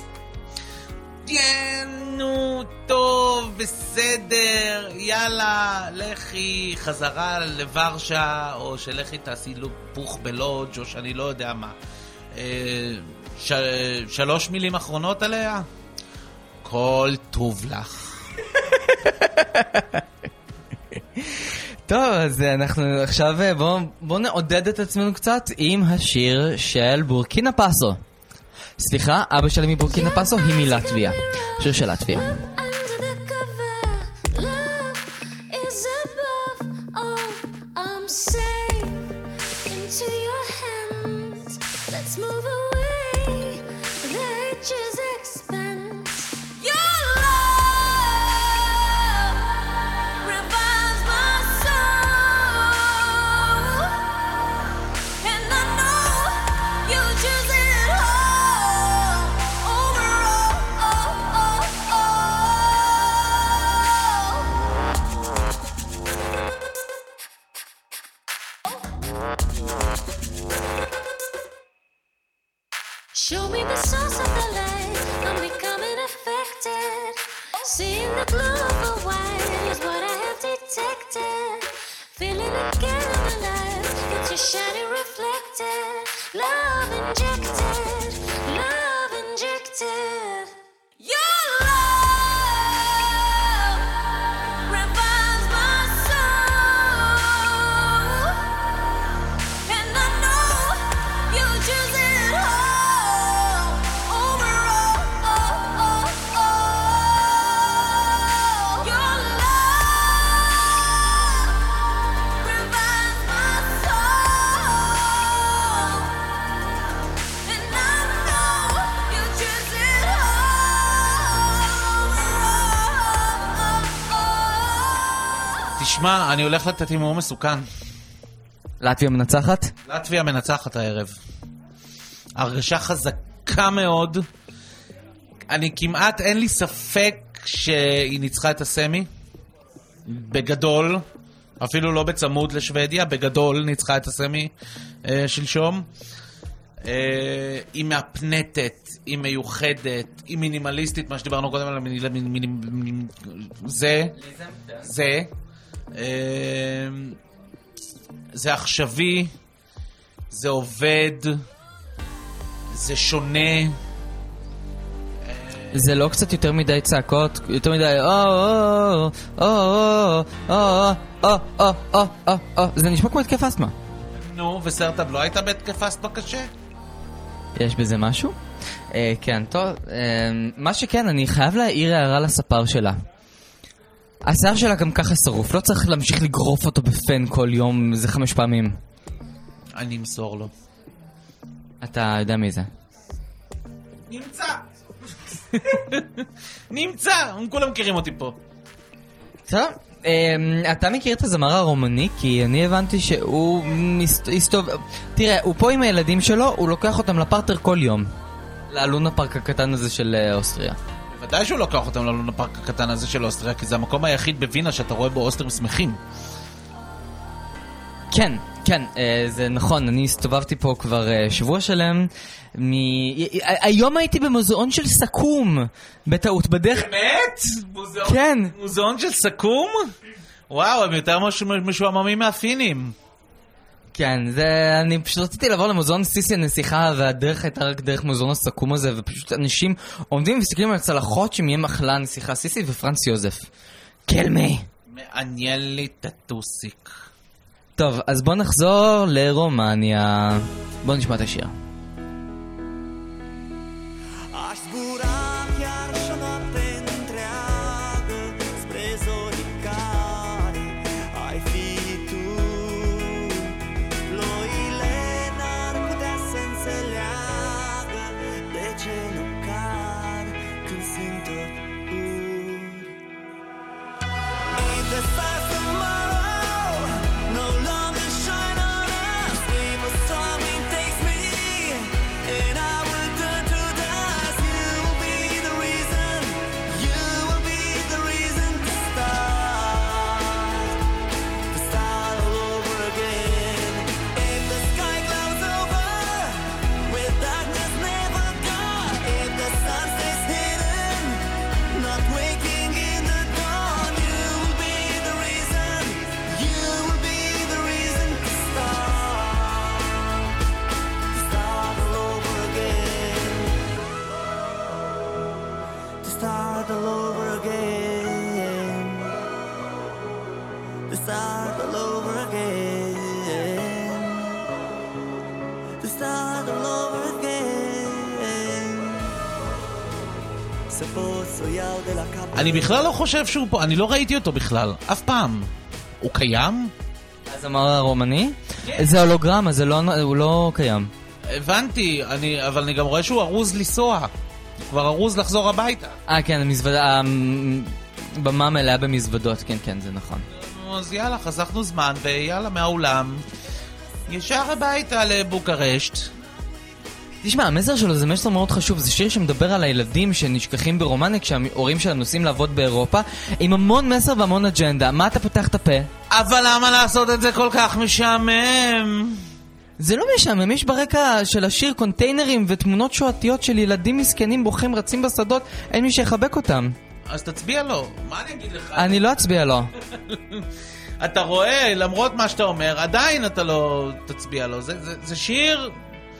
נו, טוב, בסדר, יאללה, לכי חזרה לוורשה, או שלכי תעשי לופוך בלודג' או שאני לא יודע מה. 3 מילים אחרונות עליה? כל טוב לך. טוב, אז אנחנו עכשיו בואו נעודד את עצמנו קצת עם השיר של בורקינה פאסו. סליחה, אבא שלי מבורקינה פאסו, היא מלטביה. שיר של לטביה. Show me the source of the light. I'm becoming affected. Seeing the glow of the white is what I have detected. Feeling again alive. It's your shiny reflected. Love injected. Love injected. Your love revives my soul. And I know you choose it all. תשמע, אני הולך לתת הימור מסוכן. לטביה מנצחת? לטביה מנצחת הערב. הרגשה חזקה מאוד. אני כמעט, אין לי ספק שהיא ניצחה את הסמי. בגדול. אפילו לא בצמוד לשוודיה, בגדול ניצחה את הסמי שלשום. היא מהפנטת, היא מיוחדת, היא מינימליסטית, מה שדיברנו קודם על זה עכשווי, זה עובד, זה שונה. זה לא קצת יותר מדי צעקות, יותר מדי זה נשמע כמו התקף אסתמה. נו, וסרטב לא הייתה בהתקף אסתמה קשה? יש בזה משהו? כן, טוב. מה שכן, אני חייב להעיר הערה לספר שלה. השיער שלה גם ככה שרוף, לא צריך להמשיך לגרוף אותו בפן כל יום, זה 5 פעמים. אני אמסור לו. אתה יודע מי זה? נמצא! נמצא! הם כולם מכירים אותי פה. בסדר? אתה מכיר את הזמר הרומני? כי אני הבנתי שהוא תראה, הוא פה עם הילדים שלו, הוא לוקח אותם לפרטר כל יום. ללונה פארק הקטן הזה של אוסטריה. בוודאי שהוא לוקח אותם ללונה פארק הקטן הזה של אוסטריה, כי זה המקום היחיד בווינה שאתה רואה בו אוסטרים שמחים. כן, כן, זה נכון, אני הסתובבתי פה כבר שבוע שלם. היום הייתי במוזיאון של סכו"ם, בטעות, בדרך... באמת? כן. מוזיאון של סכו"ם? וואו, הם יותר משועממים מהפינים. כן, אני פשוט רציתי לעבור למוזיאון סיסי הנסיכה, והדרך הייתה רק דרך מוזיאון הסכו"ם הזה, ופשוט אנשים עומדים ומסתכלים על הצלחות שמיה מחלה הנסיכה סיסי ופרנץ יוזף. קלמי. מעניין לי טטוסיק. טוב, אז בוא נחזור לרומניה. בוא נשמע את השיר. אני בכלל לא חושב שהוא פה, אני לא ראיתי אותו בכלל, אף פעם. הוא קיים? אז אמר הרומני? זה הולוגרמה, הוא לא קיים. הבנתי, אבל אני גם רואה שהוא ארוז לנסוע. כבר ארוז לחזור הביתה. כן, המזוודה, במה מלאה במזוודות, כן, כן, זה נכון. אז יאללה, חסכנו זמן, ויאללה, מהאולם. ישר הביתה לבוקרשט. תשמע, המסר שלו זה מסר מאוד חשוב. זה שיר שמדבר על הילדים שנשכחים ברומניה כשההורים שלהם נוסעים לעבוד באירופה, עם המון מסר והמון אג'נדה. מה אתה פתח את הפה? אבל למה לעשות את זה כל כך משעמם? זה לא משעמם, יש ברקע של השיר קונטיינרים ותמונות שואתיות של ילדים מסכנים בוכים רצים בשדות, אין מי שיחבק אותם. אז תצביע לו, מה אני אגיד לך? אני לא אצביע לו. אתה רואה, למרות מה שאתה אומר, עדיין אתה לא תצביע לו. זה שיר...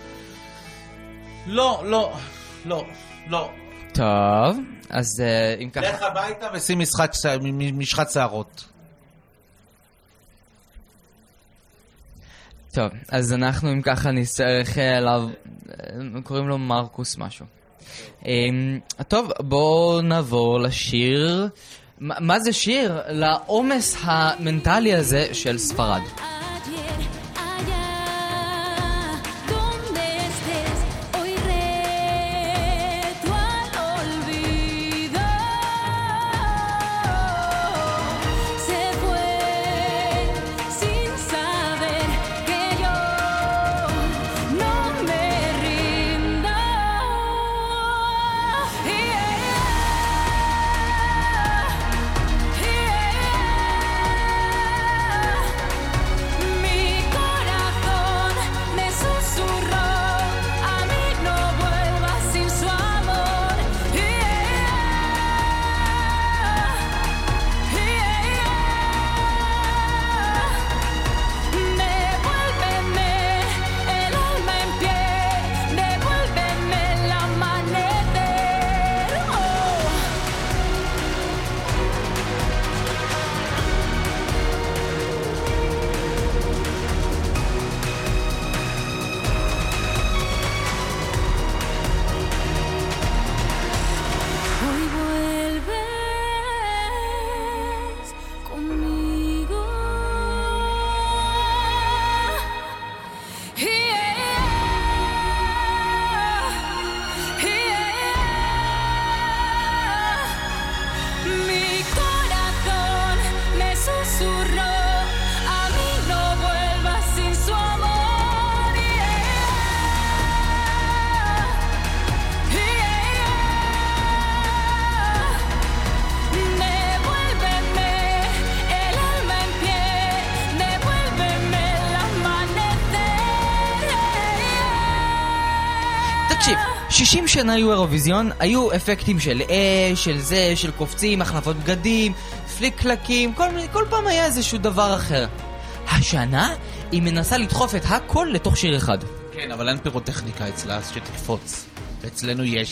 לא, לא, לא, לא. טוב, אז אם ככה... לך הביתה ושים משחת שערות. טוב, אז אנחנו אם ככה נצטרך אליו, קוראים לו מרקוס משהו. טוב, בואו נעבור לשיר. מה זה שיר? לעומס המנטלי הזה של ספרד. Se fue 60 שנה היו אירוויזיון, היו אפקטים של של זה, של קופצים, החלפות בגדים, פליק קלקים, כל פעם היה איזשהו דבר אחר. השנה היא מנסה לדחוף את הכל לתוך שיר אחד. כן, אבל אין פירוטכניקה אצלה, אז שתקפוץ. ואצלנו יש.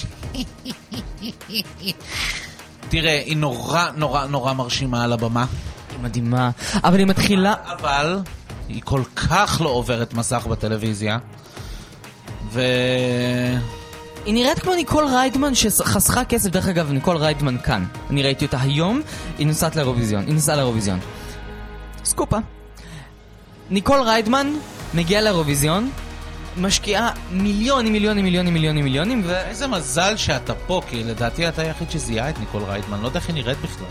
תראה, היא נורא נורא נורא מרשימה על הבמה. היא מדהימה, אבל היא מתחילה... אבל היא כל כך לא עוברת מסך בטלוויזיה. היא נראית כמו ניקול ריידמן שחסכה כסף. דרך אגב, ניקול ריידמן כאן. אני ראיתי אותה היום, היא נסעה לאירוויזיון. סקופה. ניקול ריידמן מגיעה לאירוויזיון, משקיעה מיליונים איזה מזל שאתה פה, כי לדעתי אתה היחיד שזיהה את ניקול ריידמן, לא יודע איך היא נראית בכלל.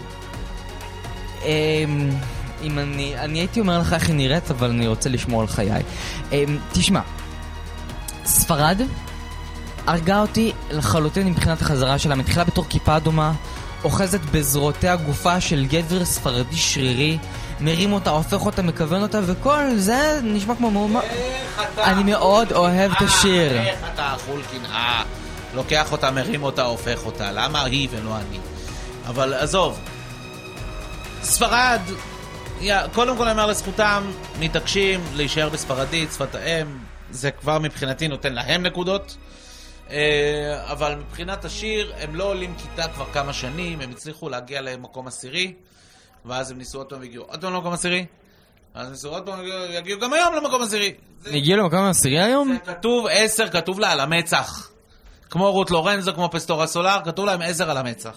אם אני הייתי אומר לך איך היא נראית, אבל אני רוצה לשמור על חיי. תשמע, ספרד הרגה אותי לחלוטין מבחינת החזרה שלה. מתחילה בתור כיפה אדומה, אוחזת בזרועותיה גופה של גבר ספרדי שרירי, מרים אותה, הופך אותה, מכוון אותה, וכל זה נשמע כמו אני מאוד אוהב את השיר. איך אתה אכול קנאה, לוקח אותה, מרים אותה, הופך אותה. למה היא ולא אני? אבל עזוב, ספרד, קודם כל אמר לזכותם, מתעקשים להישאר בספרדית, שפת האם, זה כבר מבחינתי נותן להם נקודות. אבל מבחינת השיר, הם לא עולים כיתה כבר כמה שנים, הם הצליחו להגיע למקום עשירי, ואז הם ניסו עוד פעם והגיעו עוד פעם למקום עשירי, ואז ניסו עוד פעם והגיעו גם היום למקום עשירי. הגיעו למקום עשירי היום? זה כתוב 10, כתוב לה על המצח. כמו רות לורנזו, כמו פסטורה סולר, כתוב להם 10 על המצח.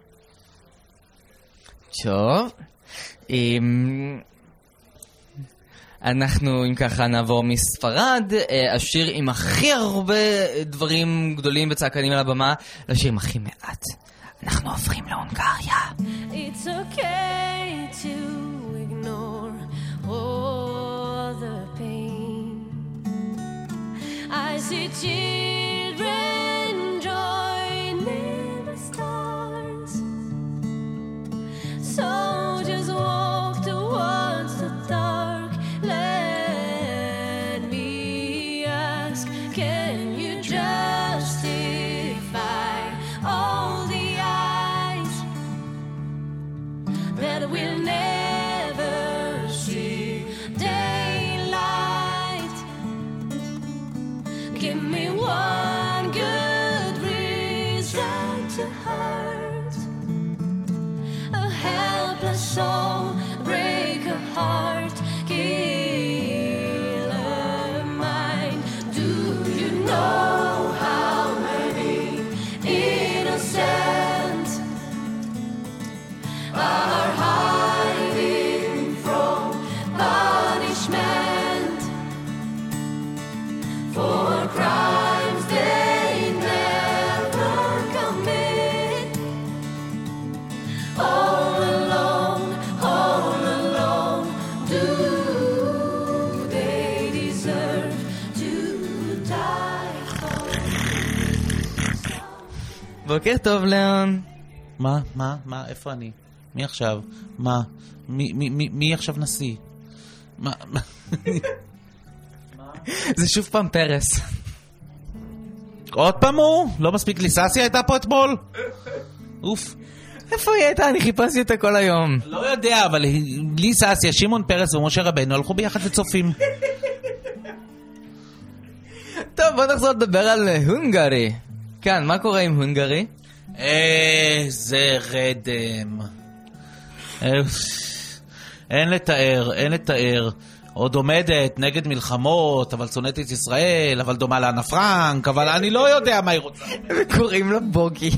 טוב, אנחנו אם ככה נעבור מספרד, השיר עם הכי הרבה דברים גדולים וצעקנים על הבמה, לשיר עם הכי מעט. אנחנו עוברים להונגריה. It's okay to ignore all the pain. I see children joining the stars. Soldiers walk towards the dark. Let me ask, can you justify all the eyes that will never see daylight? Give me one good reason to hurt a helpless soul, break a heart, kill a mind. Do you know how many innocent are hiding from punishment for crimes they never commit? All alone, do they deserve to die for? בוקר טוב, ליאון. מה? איפה אני? מי עכשיו? מה? מי עכשיו נשיא? מה? זה שוב פעם פרס. עוד פעם הוא? לא מספיק ליססיה הייתה פה אתמול? אוף. איפה היא הייתה? אני חיפשתי אותה כל היום. לא יודע, אבל ליססיה, שמעון פרס ומשה רבנו הלכו ביחד לצופים. טוב, בוא נחזור לדבר על הונגרי. כאן, מה קורה עם הונגרי? איזה רדם. אין לתאר. עוד עומדת נגד מלחמות, אבל שונאת את ישראל, אבל דומה לאנה פרנק, אבל אני לא יודע מה היא רוצה. וקוראים לה בוגי.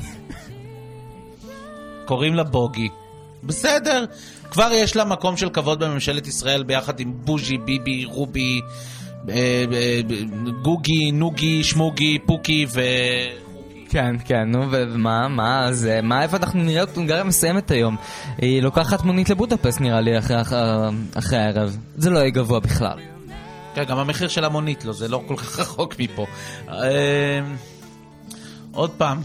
קוראים לה בוגי. בסדר, כבר יש לה מקום של כבוד בממשלת ישראל ביחד עם בוז'י, ביבי, רובי, גוגי, נוגי, שמוגי, פוקי ו... כן, נו, ומה, זה, איפה אנחנו נראה את הונגריה מסיימת היום? היא לוקחת מונית לבודפסט נראה לי אחרי הערב. זה לא יהיה גבוה בכלל. כן, גם המחיר של המונית לא, זה לא כל כך רחוק מפה. עוד פעם,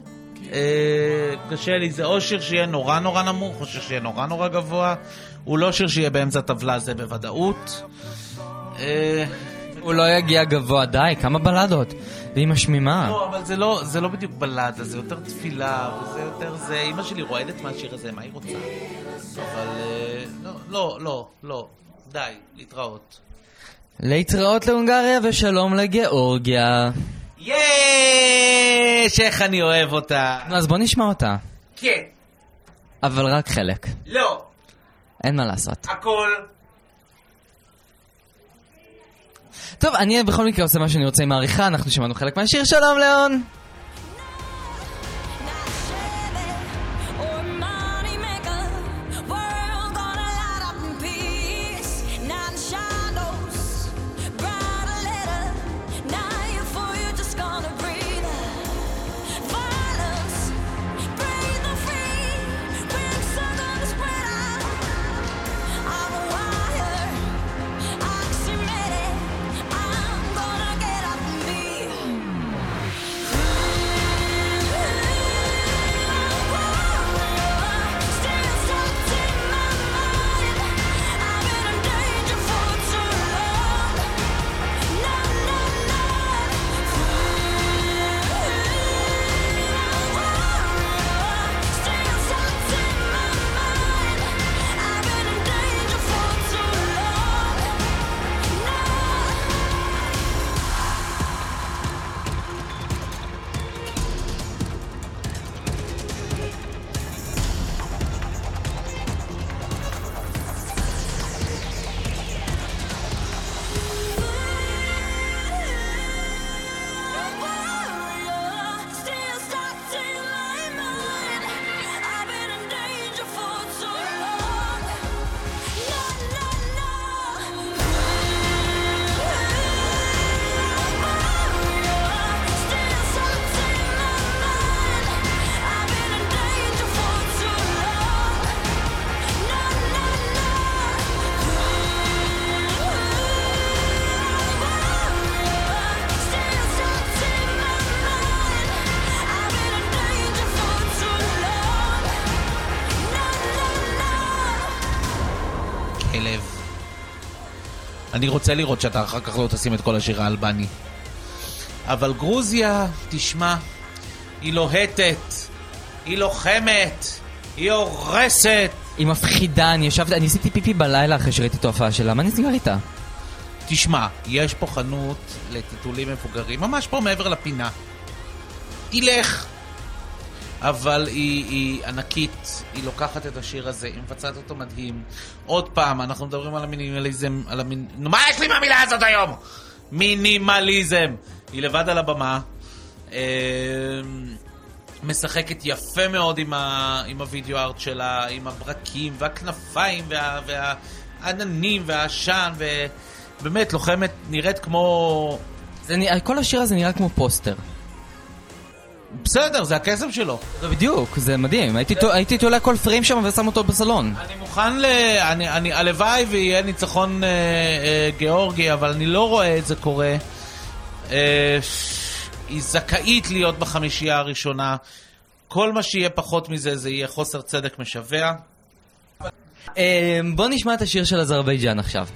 קשה לי, זה או שיר שיהיה נורא נורא נמוך, או שיר שיהיה נורא נורא גבוה. הוא לא שיר שיהיה באמצע טבלה, זה בוודאות. הוא לא יגיע גבוה, די, כמה בלדות. והיא משמימה. לא, אבל זה לא בדיוק בלדה, זה יותר תפילה, וזה יותר זה. אמא שלי רועדת מהשיר הזה, מה היא רוצה? אבל לא, די, להתראות. להתראות להונגריה ושלום לגאורגיה. יש! איך אני אוהב אותה. אז בוא נשמע אותה. כן. אבל רק חלק. לא. אין מה לעשות. הכל. טוב, אני בכל מקרה עושה מה שאני רוצה עם העריכה, אנחנו שמענו חלק מהשיר. שלום ליאון. אני רוצה לראות שאתה אחר כך לא תשים את כל השיר האלבני. אבל גרוזיה, תשמע, היא לוהטת, היא לוחמת, היא הורסת. היא מפחידה, אני עשיתי פיפי בלילה אחרי שראיתי את ההופעה שלה, מה נסגר איתה? תשמע, יש פה חנות לטיטולים מבוגרים, ממש פה מעבר לפינה. תלך. אבל היא ענקית, היא לוקחת את השיר הזה, היא מבצעת אותו מדהים. עוד פעם, אנחנו מדברים על המינימליזם, מה יש לי מהמילה הזאת היום? מינימליזם. היא לבד על הבמה, משחקת יפה מאוד עם הוידאו ארט שלה, עם הברקים והכנפיים והעננים והעשן, ובאמת לוחמת, נראית כמו... כל השיר הזה נראה כמו פוסטר. בסדר, זה הקסם שלו. זה בדיוק, זה מדהים. הייתי תולה כל פריים שם ושם אותו בסלון. אני מוכן הלוואי ויהיה ניצחון גיאורגי, אבל אני לא רואה את זה קורה. היא זכאית להיות בחמישייה הראשונה. כל מה שיהיה פחות מזה, זה יהיה חוסר צדק משווע. בוא נשמע את השיר של אזרבייג'אן עכשיו.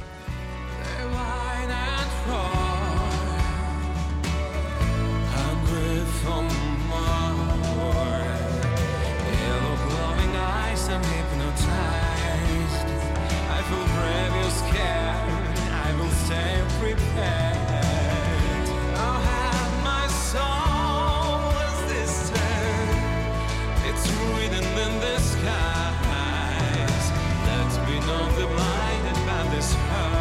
Let's be not divided by this hurt.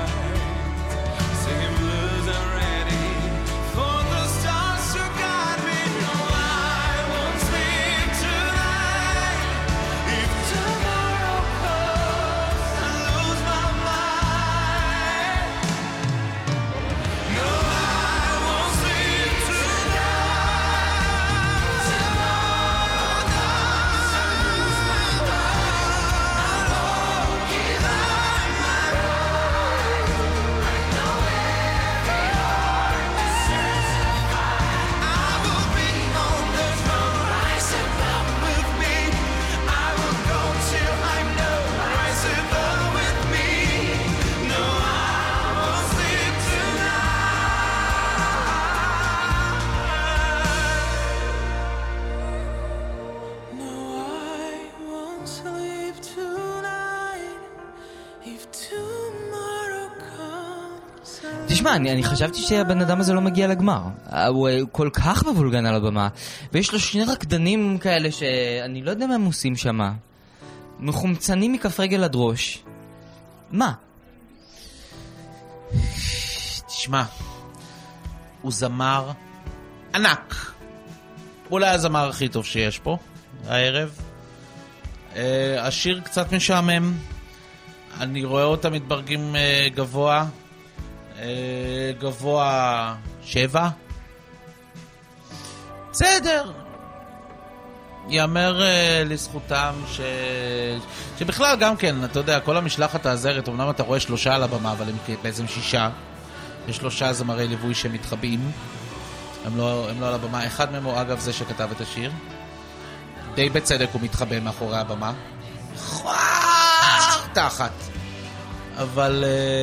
תשמע, אני חשבתי שהבן אדם הזה לא מגיע לגמר. הוא כל כך מבולגן על הבמה, ויש לו שני רקדנים כאלה שאני לא יודע מה הם עושים שם. מחומצנים מכף רגל עד ראש. מה? תשמע, הוא זמר ענק. אולי הזמר הכי טוב שיש פה הערב. השיר קצת משעמם. אני רואה אותם מתברגים גבוה. גבוה 7. בסדר. יאמר לזכותם שבכלל גם כן, אתה יודע, כל המשלחת העזרת, אמנם אתה רואה 3 על הבמה, אבל הם בעצם 6. יש 3 זמרי ליווי שמתחבאים. הם לא על הבמה. אחד מהם הוא אגב זה שכתב את השיר. די בצדק הוא מתחבא מאחורי הבמה. תחת. אבל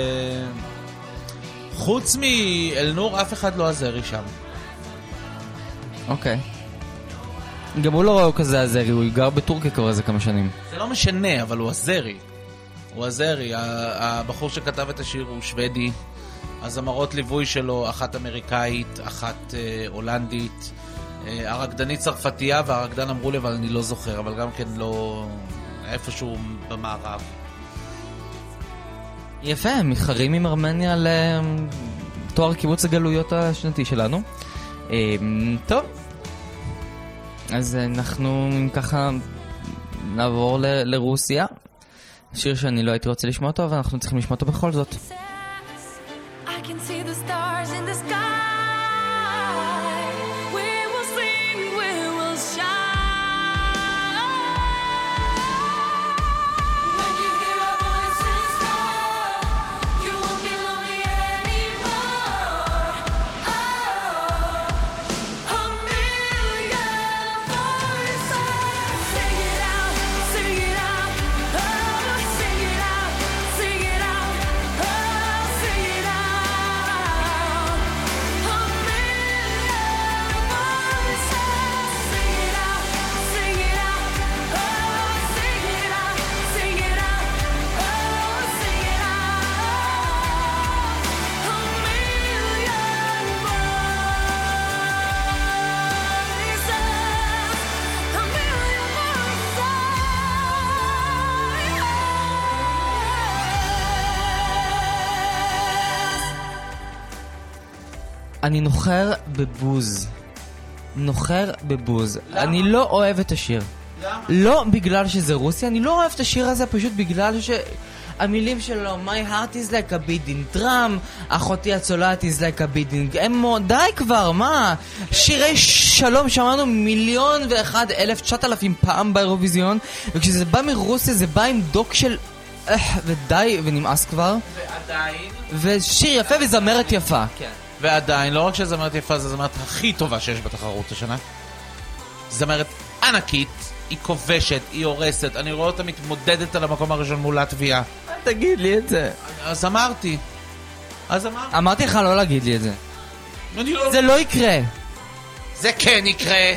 חוץ מאלנור אף אחד לא עזרי שם. אוקיי. גם הוא לא רואה כזה עזרי, הוא גר בטורקיה כבר איזה כמה שנים. זה לא משנה, אבל הוא עזרי. הוא עזרי. הבחור שכתב את השיר הוא שוודי. הזמרות ליווי שלו, אחת אמריקאית, אחת הולנדית, הרקדנית צרפתייה, והרקדן אמרו לי, אבל אני לא זוכר, אבל גם כן לא איפשהו במערב. יפה, הם מתחרים עם ארמניה לתואר קיבוץ הגלויות השנתי שלנו. טוב, אז אנחנו ככה נעבור לרוסיה. שיר שאני לא הייתי רוצה לשמוע אותו, אבל אנחנו צריכים לשמוע אותו בכל זאת. I can see the stars in the sky. We will sing, we will shine. When you hear our voices call, you won't be lonely anymore. Oh, a million voices. Sing it out, sing it out. Oh, sing it out, sing it out. Oh, sing it out. אני נוחר בבוז. נוחר בבוז. אני לא אוהב את השיר. למה? לא בגלל שזה רוסיה, אני לא אוהב את השיר הזה פשוט בגלל שהמילים שלו, My heart is like a beating drum, אחותי הצולעת is like a beating אמו, די כבר, מה? שירי שלום שמענו 1,001,9,000 פעם באירוויזיון, וכשזה בא מרוסיה זה בא עם דוק של ודי, ונמאס כבר. ועדיין. ושיר יפה וזמרת יפה. כן. ועדיין, לא רק שזמרת יפה, זו זמרת הכי טובה שיש בתחרות השנה. זמרת ענקית, היא כובשת, היא הורסת, אני רואה אותה מתמודדת על המקום הראשון מול לטביה. תגיד לי את זה. אז אמרתי. אמרתי לך לא להגיד לי את זה. זה לא יקרה. זה כן יקרה.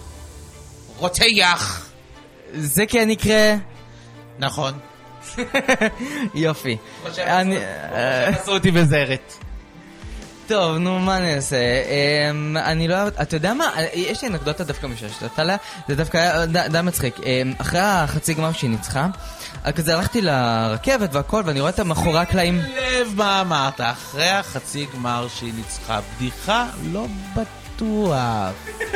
רותח. זה כן יקרה. נכון. יופי. עשו אותי בזרת. טוב, נו, מה נעשה? אני לא אוהב... אתה יודע מה? יש לי אנקדוטה דווקא מששת עליה. זה דווקא היה די מצחיק. אחרי החצי גמר שהיא ניצחה, כזה הלכתי לרכבת והכל, ואני רואה את המאחורי הקלעים. לב מה אמרת? אחרי החצי גמר שהיא ניצחה, בדיחה לא בטוח.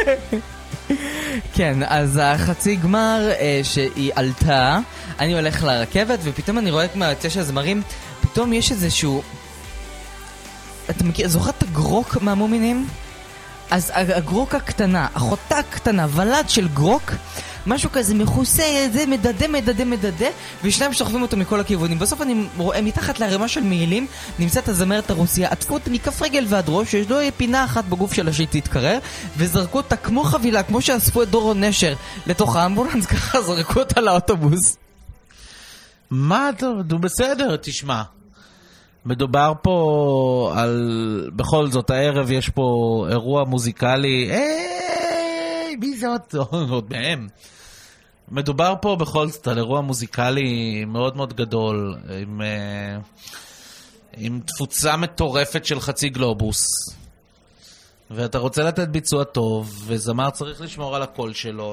כן, אז החצי גמר שהיא עלתה, אני הולך לרכבת, ופתאום אני רואה מהציא של הזמרים, פתאום יש איזשהו... אתה מכיר, זוכר את הגרוק מהמומינים? אז הגרוק הקטנה, אחותה הקטנה, ולד של גרוק, משהו כזה מכוסה, זה מדדה, ושניים שוכבים אותו מכל הכיוונים. בסוף אני רואה מתחת להרמה של מעילים, נמצאת הזמרת הרוסיה, עטפו אותה מכף רגל ועד ראש, שיש לו פינה אחת בגוף שלה שהיא תתקרר, וזרקו אותה כמו חבילה, כמו שאספו את דורון נשר לתוך האמבולנס, ככה זרקו אותה לאוטובוס. מה אתה, בסדר, תשמע. מדובר פה על... בכל זאת, הערב יש פה אירוע מוזיקלי... מי זה עוד מהם? מדובר פה בכל זאת על אירוע מוזיקלי מאוד מאוד גדול, עם עם תפוצה מטורפת של חצי גלובוס, ואתה רוצה לתת ביצוע טוב, וזמר צריך לשמור על הקול שלו,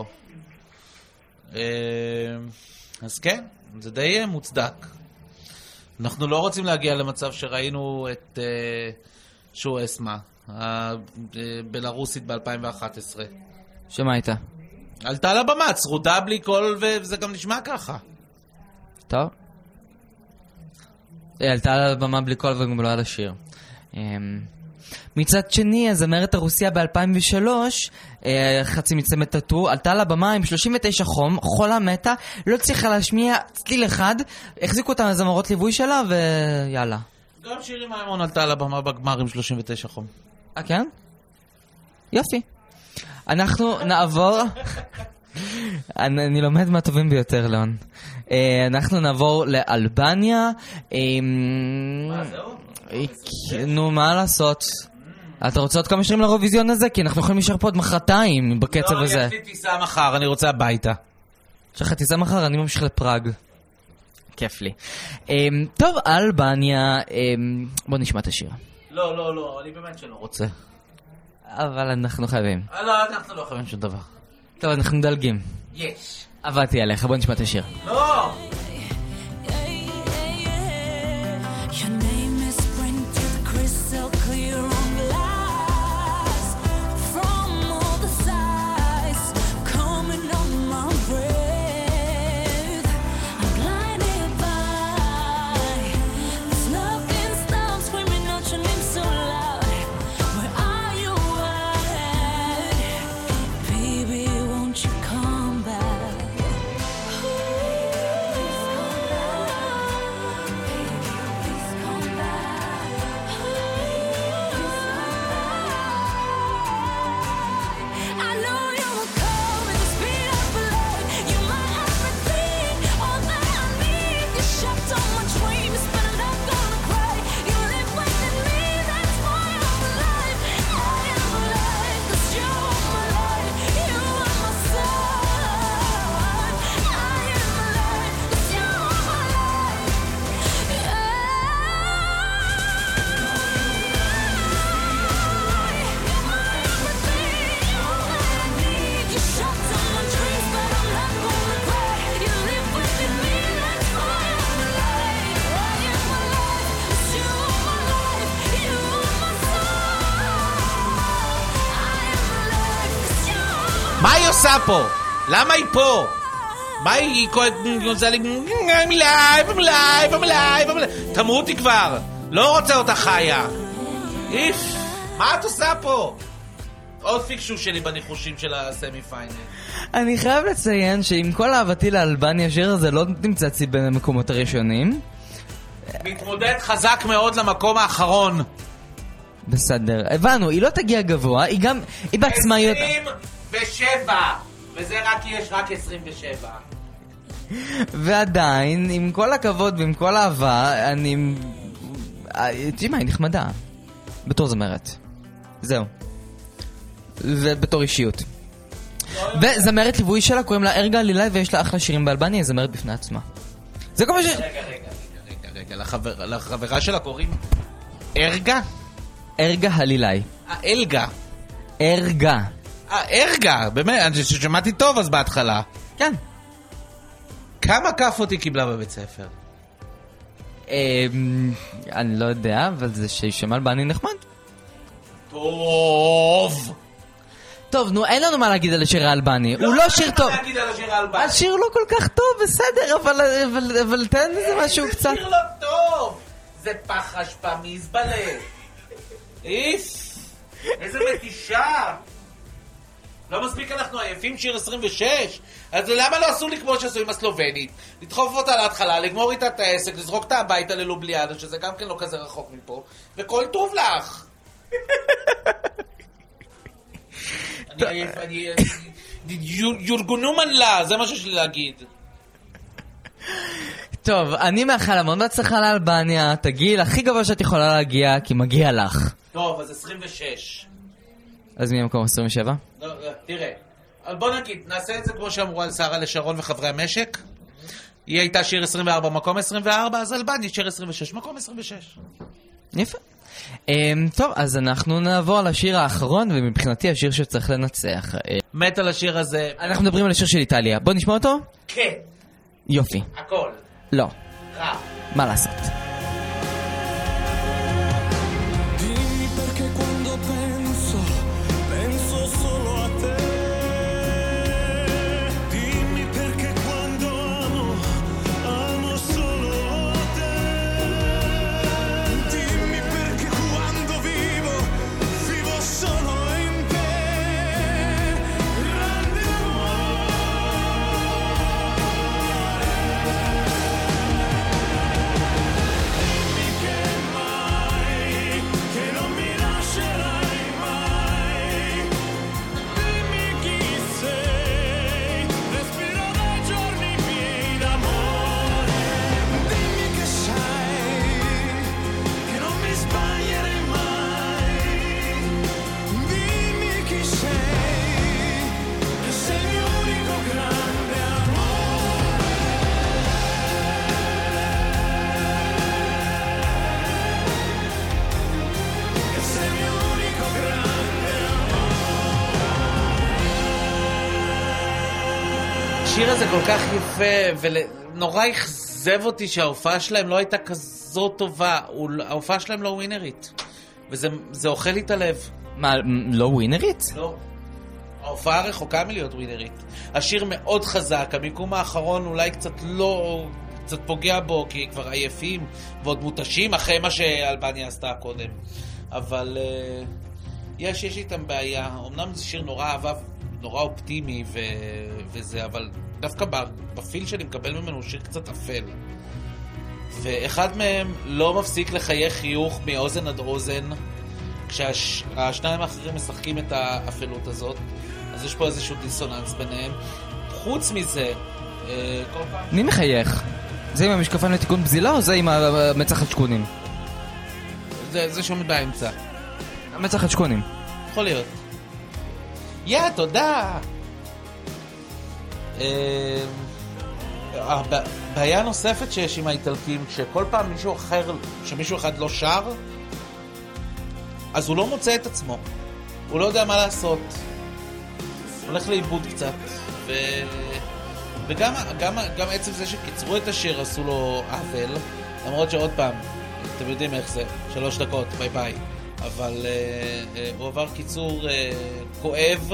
אז כן, זה די מוצדק. אנחנו לא רוצים להגיע למצב שראינו את שו אסמה, הבלרוסית ב-2011. שמה הייתה? עלתה לבמה, צרודה בלי קול, וזה גם נשמע ככה. טוב. עלתה לבמה בלי קול וגם לא על השיר. מצד שני, הזמרת הרוסיה ב-2003, חצי מצלמת טאטו, עלתה לבמה עם 39 חום, חולה מתה, לא צריכה להשמיע צליל אחד, החזיקו אותה הזמרות ליווי שלה ויאללה. גם שירי מימון עלתה לבמה בגמר עם 39 חום. כן? יופי. אנחנו נעבור... אני לומד מהטובים ביותר, לאון. אנחנו נעבור לאלבניה. מה, זהו? נו, מה לעשות? אתה רוצה עוד כמה שירים לאירוויזיון הזה? כי אנחנו יכולים להישאר פה עוד מחרתיים בקצב הזה. לא, יש לי טיסה מחר, אני רוצה הביתה. יש לך טיסה מחר? אני ממשיך לפראג. כיף לי. טוב, אלבניה, בוא נשמע את השיר. לא, אני באמת שלא רוצה. אבל אנחנו חייבים. לא, אנחנו לא חייבים שום דבר. טוב, אנחנו מדלגים. יש. עבדתי עליך, בוא נשמע את השיר. לא! Your name is printed crystal clear on glass from all the sides coming on my breath. I'm blinded by this love can't stop screaming out your name so loud. Where are you at? Baby, won't you come back? מה היא עושה פה? למה היא פה? מה היא עושה לי? I'm alive. תמותי כבר. לא רוצה אותה חיה. איף. מה את עושה פה? עוד פיקשו שלי בניחושים של הסמי פיינל. אני חייב לציין שעם כל אהבתי לאלבניה, השיר הזה לא נמצא אצלי בין המקומות הראשונים. מתמודד חזק מאוד למקום האחרון. בסדר, הבנו, היא לא תגיע גבוה, היא גם, היא בעצמה 27, וזה יש רק 27. ועדיין, עם כל הכבוד ועם כל האהבה, תשמע, היא נחמדה. בתור זמרת. זהו. ובתור אישיות. וזמרת ליווי שלה, קוראים לה ארגה הלילאי, ויש לה אחלה שירים באלבניה, היא זמרת בפני עצמה. זה כל מה ש... רגע, לחברה שלה קוראים ארגה? ארגה הלילאי. אלגה. ארגה. ארגה, באמת, אני שמעתי טוב אז בהתחלה. כן. כמה כפות היא קיבלה בבית ספר? אני לא יודע, אבל זה שישמע אלבני נחמד. טוב, נו, אין לנו מה להגיד על השיר האלבני. הוא לא שיר טוב. השיר לא כל כך טוב, בסדר, אבל תן לזה משהו קצת. זה שיר לא טוב. זה פח אשפה מזבלה. איף. איזה מתישה. לא מספיק אנחנו עייפים, שיר 26. אז למה לא עשו לי כמו שעשו עם הסלובנית? לדחוף אותה להתחלה, לגמור איתה את העסק, לזרוק אותה הביתה ללובליאנה, שזה גם כן לא כזה רחוק מפה, וכל טוב לך. אני עייף, יורגונו מנלה, זה מה שיש לי להגיד. טוב, אני מאחל המון בהצלחה לאלבניה, תגיעי הכי גבוה שאת יכולה להגיע, כי מגיע לך. טוב, אז 26. אז מי המקום 27? לא, תראה, אבל בוא נגיד, נעשה את זה כמו שאמרו על שרה לשרון וחברי המשק. היא הייתה שיר 24, מקום 24, אז אלבניה שיר 26, מקום 26. יפה. טוב, אז אנחנו נעבור לשיר האחרון, ומבחינתי השיר שצריך לנצח. מת על השיר הזה. אנחנו מדברים על השיר של איטליה. בוא נשמע אותו? כן. יופי. הכל. לא. רע. מה לעשות? Dimmi perché quando penso solo a te. Dimmi perché quando amo solo te. Dimmi perché quando vivo solo in te. Grande Dimmi che mai, che non mi lascerai mai. Dimmi chi sei, respiro dai giorni miei d'amore. Dimmi che sai, che non mi sbaglierai mai. Dimmi chi sei, che sei il mio unico grande amore. Che sei il mio unico grande השיר הזה כל כך יפה, ונורא אכזב אותי שההופעה שלהם לא הייתה כזאת טובה. ההופעה שלהם לא ווינרית, וזה אוכל לי את הלב. מה, לא ווינרית? לא. ההופעה רחוקה מלהיות ווינרית. השיר מאוד חזק, המיקום האחרון אולי קצת לא... קצת פוגע בו, כי כבר עייפים ועוד מותשים אחרי מה שאלבניה עשתה קודם. אבל יש איתם בעיה. אמנם זה שיר נורא אהבה, נורא אופטימי וזה, אבל דווקא בפיל שאני מקבל ממנו שיר קצת אפל. ואחד מהם לא מפסיק לחייך חיוך מאוזן עד אוזן, כשהשניים האחרים משחקים את האפלות הזאת. אז יש פה איזשהו דיסוננס ביניהם. חוץ מזה, כל פעם... מי מחייך? זה עם המשקפיים לתיקון בזילה או זה עם המצח השקונים? זה שעומד באמצע. המצח השקונים. יכול להיות. תודה. בעיה נוספת שיש עם האיטלקים, שכל פעם שמישהו אחד לא שר, אז הוא לא מוצא את עצמו. הוא לא יודע מה לעשות. הוא הולך לאיבוד קצת. וגם עצם זה שקיצרו את השיר עשו לו עוול, למרות שעוד פעם, אתם יודעים איך זה, 3 דקות, ביי ביי. אבל הוא עבר קיצור כואב.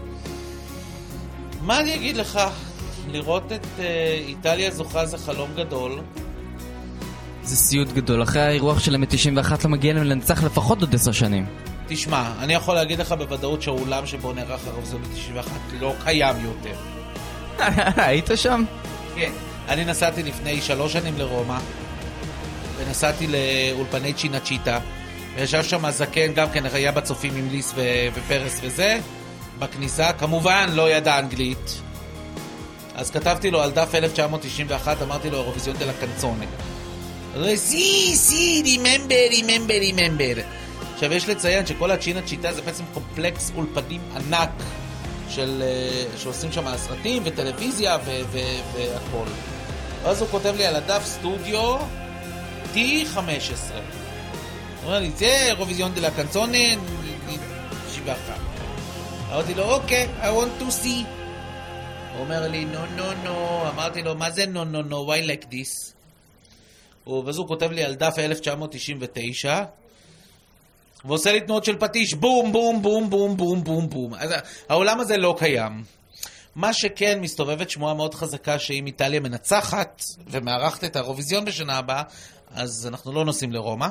מה אני אגיד לך? לראות את איטליה זוכה זה חלום גדול. זה סיוט גדול. אחרי האירוח שלהם ב-91 לא מגיע להם לנצח לפחות עוד 10 שנים. תשמע, אני יכול להגיד לך בוודאות שהאולם שבו נערך האירוויזיון ב-91 לא קיים יותר. היית שם? כן. אני נסעתי לפני 3 שנים לרומא, ונסעתי לאולפני צ'ינצ'יטה, וישב שם הזקן, גם כן היה בצופים עם ליס ופרס וזה, בכניסה, כמובן לא ידע אנגלית. אז כתבתי לו על דף 1991, אמרתי לו אירוויזיון דלה קנצונה. אז הוא אומר, סי, ריממבר. עכשיו יש לציין שכל הצ'ינצ'יטה זה בעצם קומפלקס אולפנים ענק, שעושים שם סרטים וטלוויזיה והכל. ואז הוא כותב לי על הדף סטודיו T15. הוא אומר לי, זה אירוויזיון דלה קנצונה 71. אמרתי לו, אוקיי, I want to see. הוא אומר לי, no. אמרתי לו, מה זה no, why like this? ואז הוא כותב לי על דף 1999, ועושה לי תנועות של פטיש, בום, בום, בום, בום, בום, בום, בום. אז העולם הזה לא קיים. מה שכן, מסתובבת שמועה מאוד חזקה שאם איטליה מנצחת ומארחת את האירוויזיון בשנה הבאה, אז אנחנו לא נוסעים לרומא.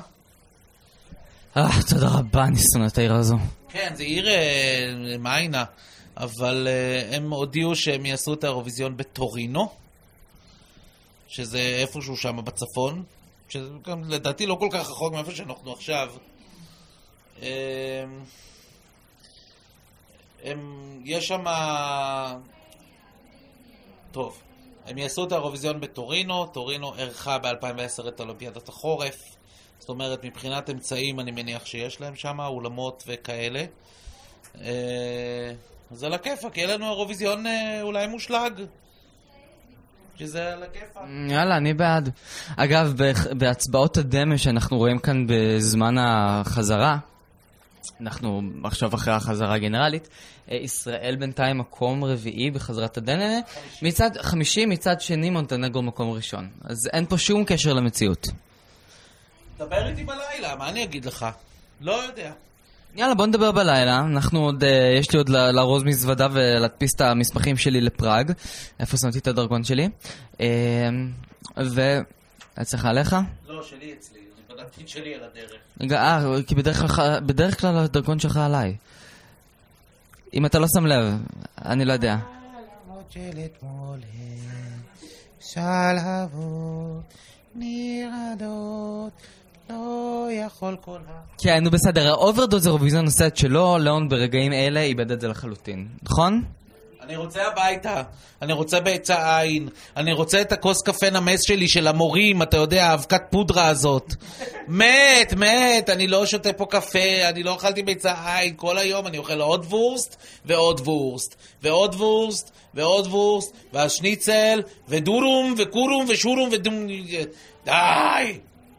תודה רבה, אני שונא את העיר הזו. כן, זה עיר מיינה, אבל הם הודיעו שהם יעשו את האירוויזיון בטורינו, שזה איפשהו שם בצפון, שזה גם לדעתי לא כל כך רחוק מאיפה שאנחנו עכשיו. יש שם... טוב, הם יעשו את האירוויזיון בטורינו, טורינו ערכה ב-2010 את אולימפיאדת החורף, זאת אומרת, מבחינת אמצעים אני מניח שיש להם שם, אולמות וכאלה. זה לכיפה, כי יהיה לנו אירוויזיון אולי מושלג. כי זה על הכיפה. יאללה, אני בעד. אגב, בהצבעות הדמה שאנחנו רואים כאן בזמן החזרה, אנחנו עכשיו אחרי החזרה הגנרלית, ישראל בינתיים מקום רביעי בחזרת הדמה, מצד חמישי, מצד שני מונטנגרו מקום ראשון. אז אין פה שום קשר למציאות. דבר איתי בלילה, מה אני אגיד לך? לא יודע. יאללה, בוא נדבר בלילה. אנחנו עוד, יש לי עוד לארוז מזוודה ולהדפיס את המסמכים שלי לפראג. איפה שמתי את הדרכון שלי? אצלך עליך? לא, שלי אצלי. אני בדקתי את שלי על הדרך. כי בדרך כלל הדרכון שלך עליי. אם אתה לא שם לב, אני לא יודע. שלהבות נרעדות לא יכול כל כן, נו בסדר, האוברדוז אירוויזיון עושה את שלו, לאון ברגעים אלה איבד את זה לחלוטין, נכון? אני רוצה הביתה, אני רוצה ביצה עין, אני רוצה את הכוס קפה נמס שלי של המורים, אתה יודע, האבקת פודרה הזאת. מת, אני לא שותה פה קפה, אני לא אכלתי ביצה עין, כל היום אני אוכל עוד וורסט ועוד וורסט, ועוד וורסט ועוד וורסט, והשניצל, ודורום וקורום ושורום ודום... די!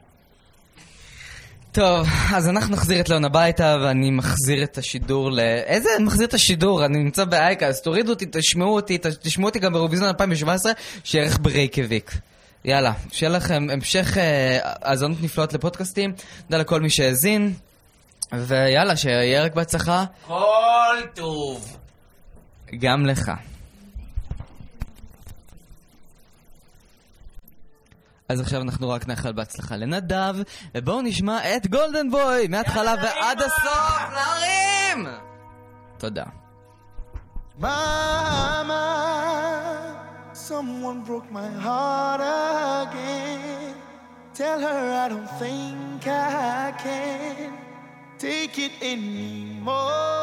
טוב, אז אנחנו נחזיר את לאון הביתה, ואני מחזיר את השידור איזה? אני מחזיר את השידור, אני נמצא באייקה, אז תורידו אותי, תשמעו אותי גם באירוויזיון 2017, שערך ברייקוויק. יאללה, שיהיה לכם המשך האזנות נפלאות לפודקאסטים, תודה לכל מי שהאזין, ויאללה, שיהיה רק בהצלחה. כל טוב. גם לך. אז עכשיו אנחנו רק נאחל בהצלחה לנדב, ובואו נשמע את גולדן בוי מההתחלה ועד הסוף. להרים! תודה. Mama, someone broke my heart again. Tell her I don't think I can take it anymore.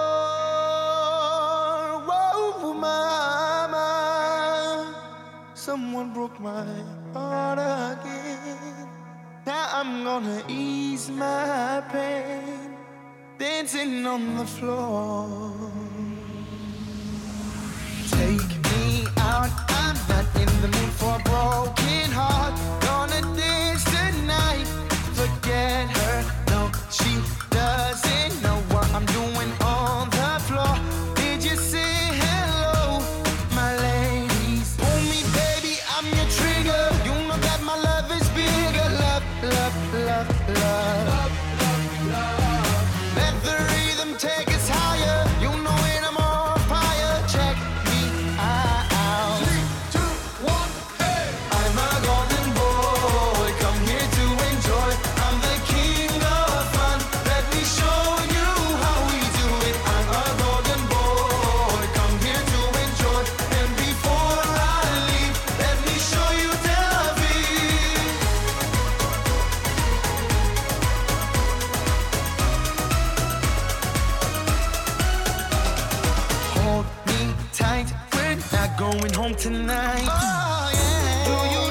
Whoa, Mama, someone broke my heart again. Now I'm gonna ease my pain, dancing on the floor. Take me out, I'm not in the mood for a broken heart. Gonna dance tonight, forget her, no, she doesn't know what I'm doing on the floor. Did you say hello, my ladies? Hold me, baby, I'm your trigger. You know that my love is bigger. Love, love, love, love, love, love, love. Let the rhythm take us higher. You know when I'm on fire. Check me out. 3, 2, 1, hey! I'm a golden boy, come here to enjoy. I'm the king of fun. Let me show you how we do it. I'm a golden boy, come here to enjoy. And before I leave, let me show you Tel Aviv. Hold me tight, we're not going home tonight. Oh yeah. Do you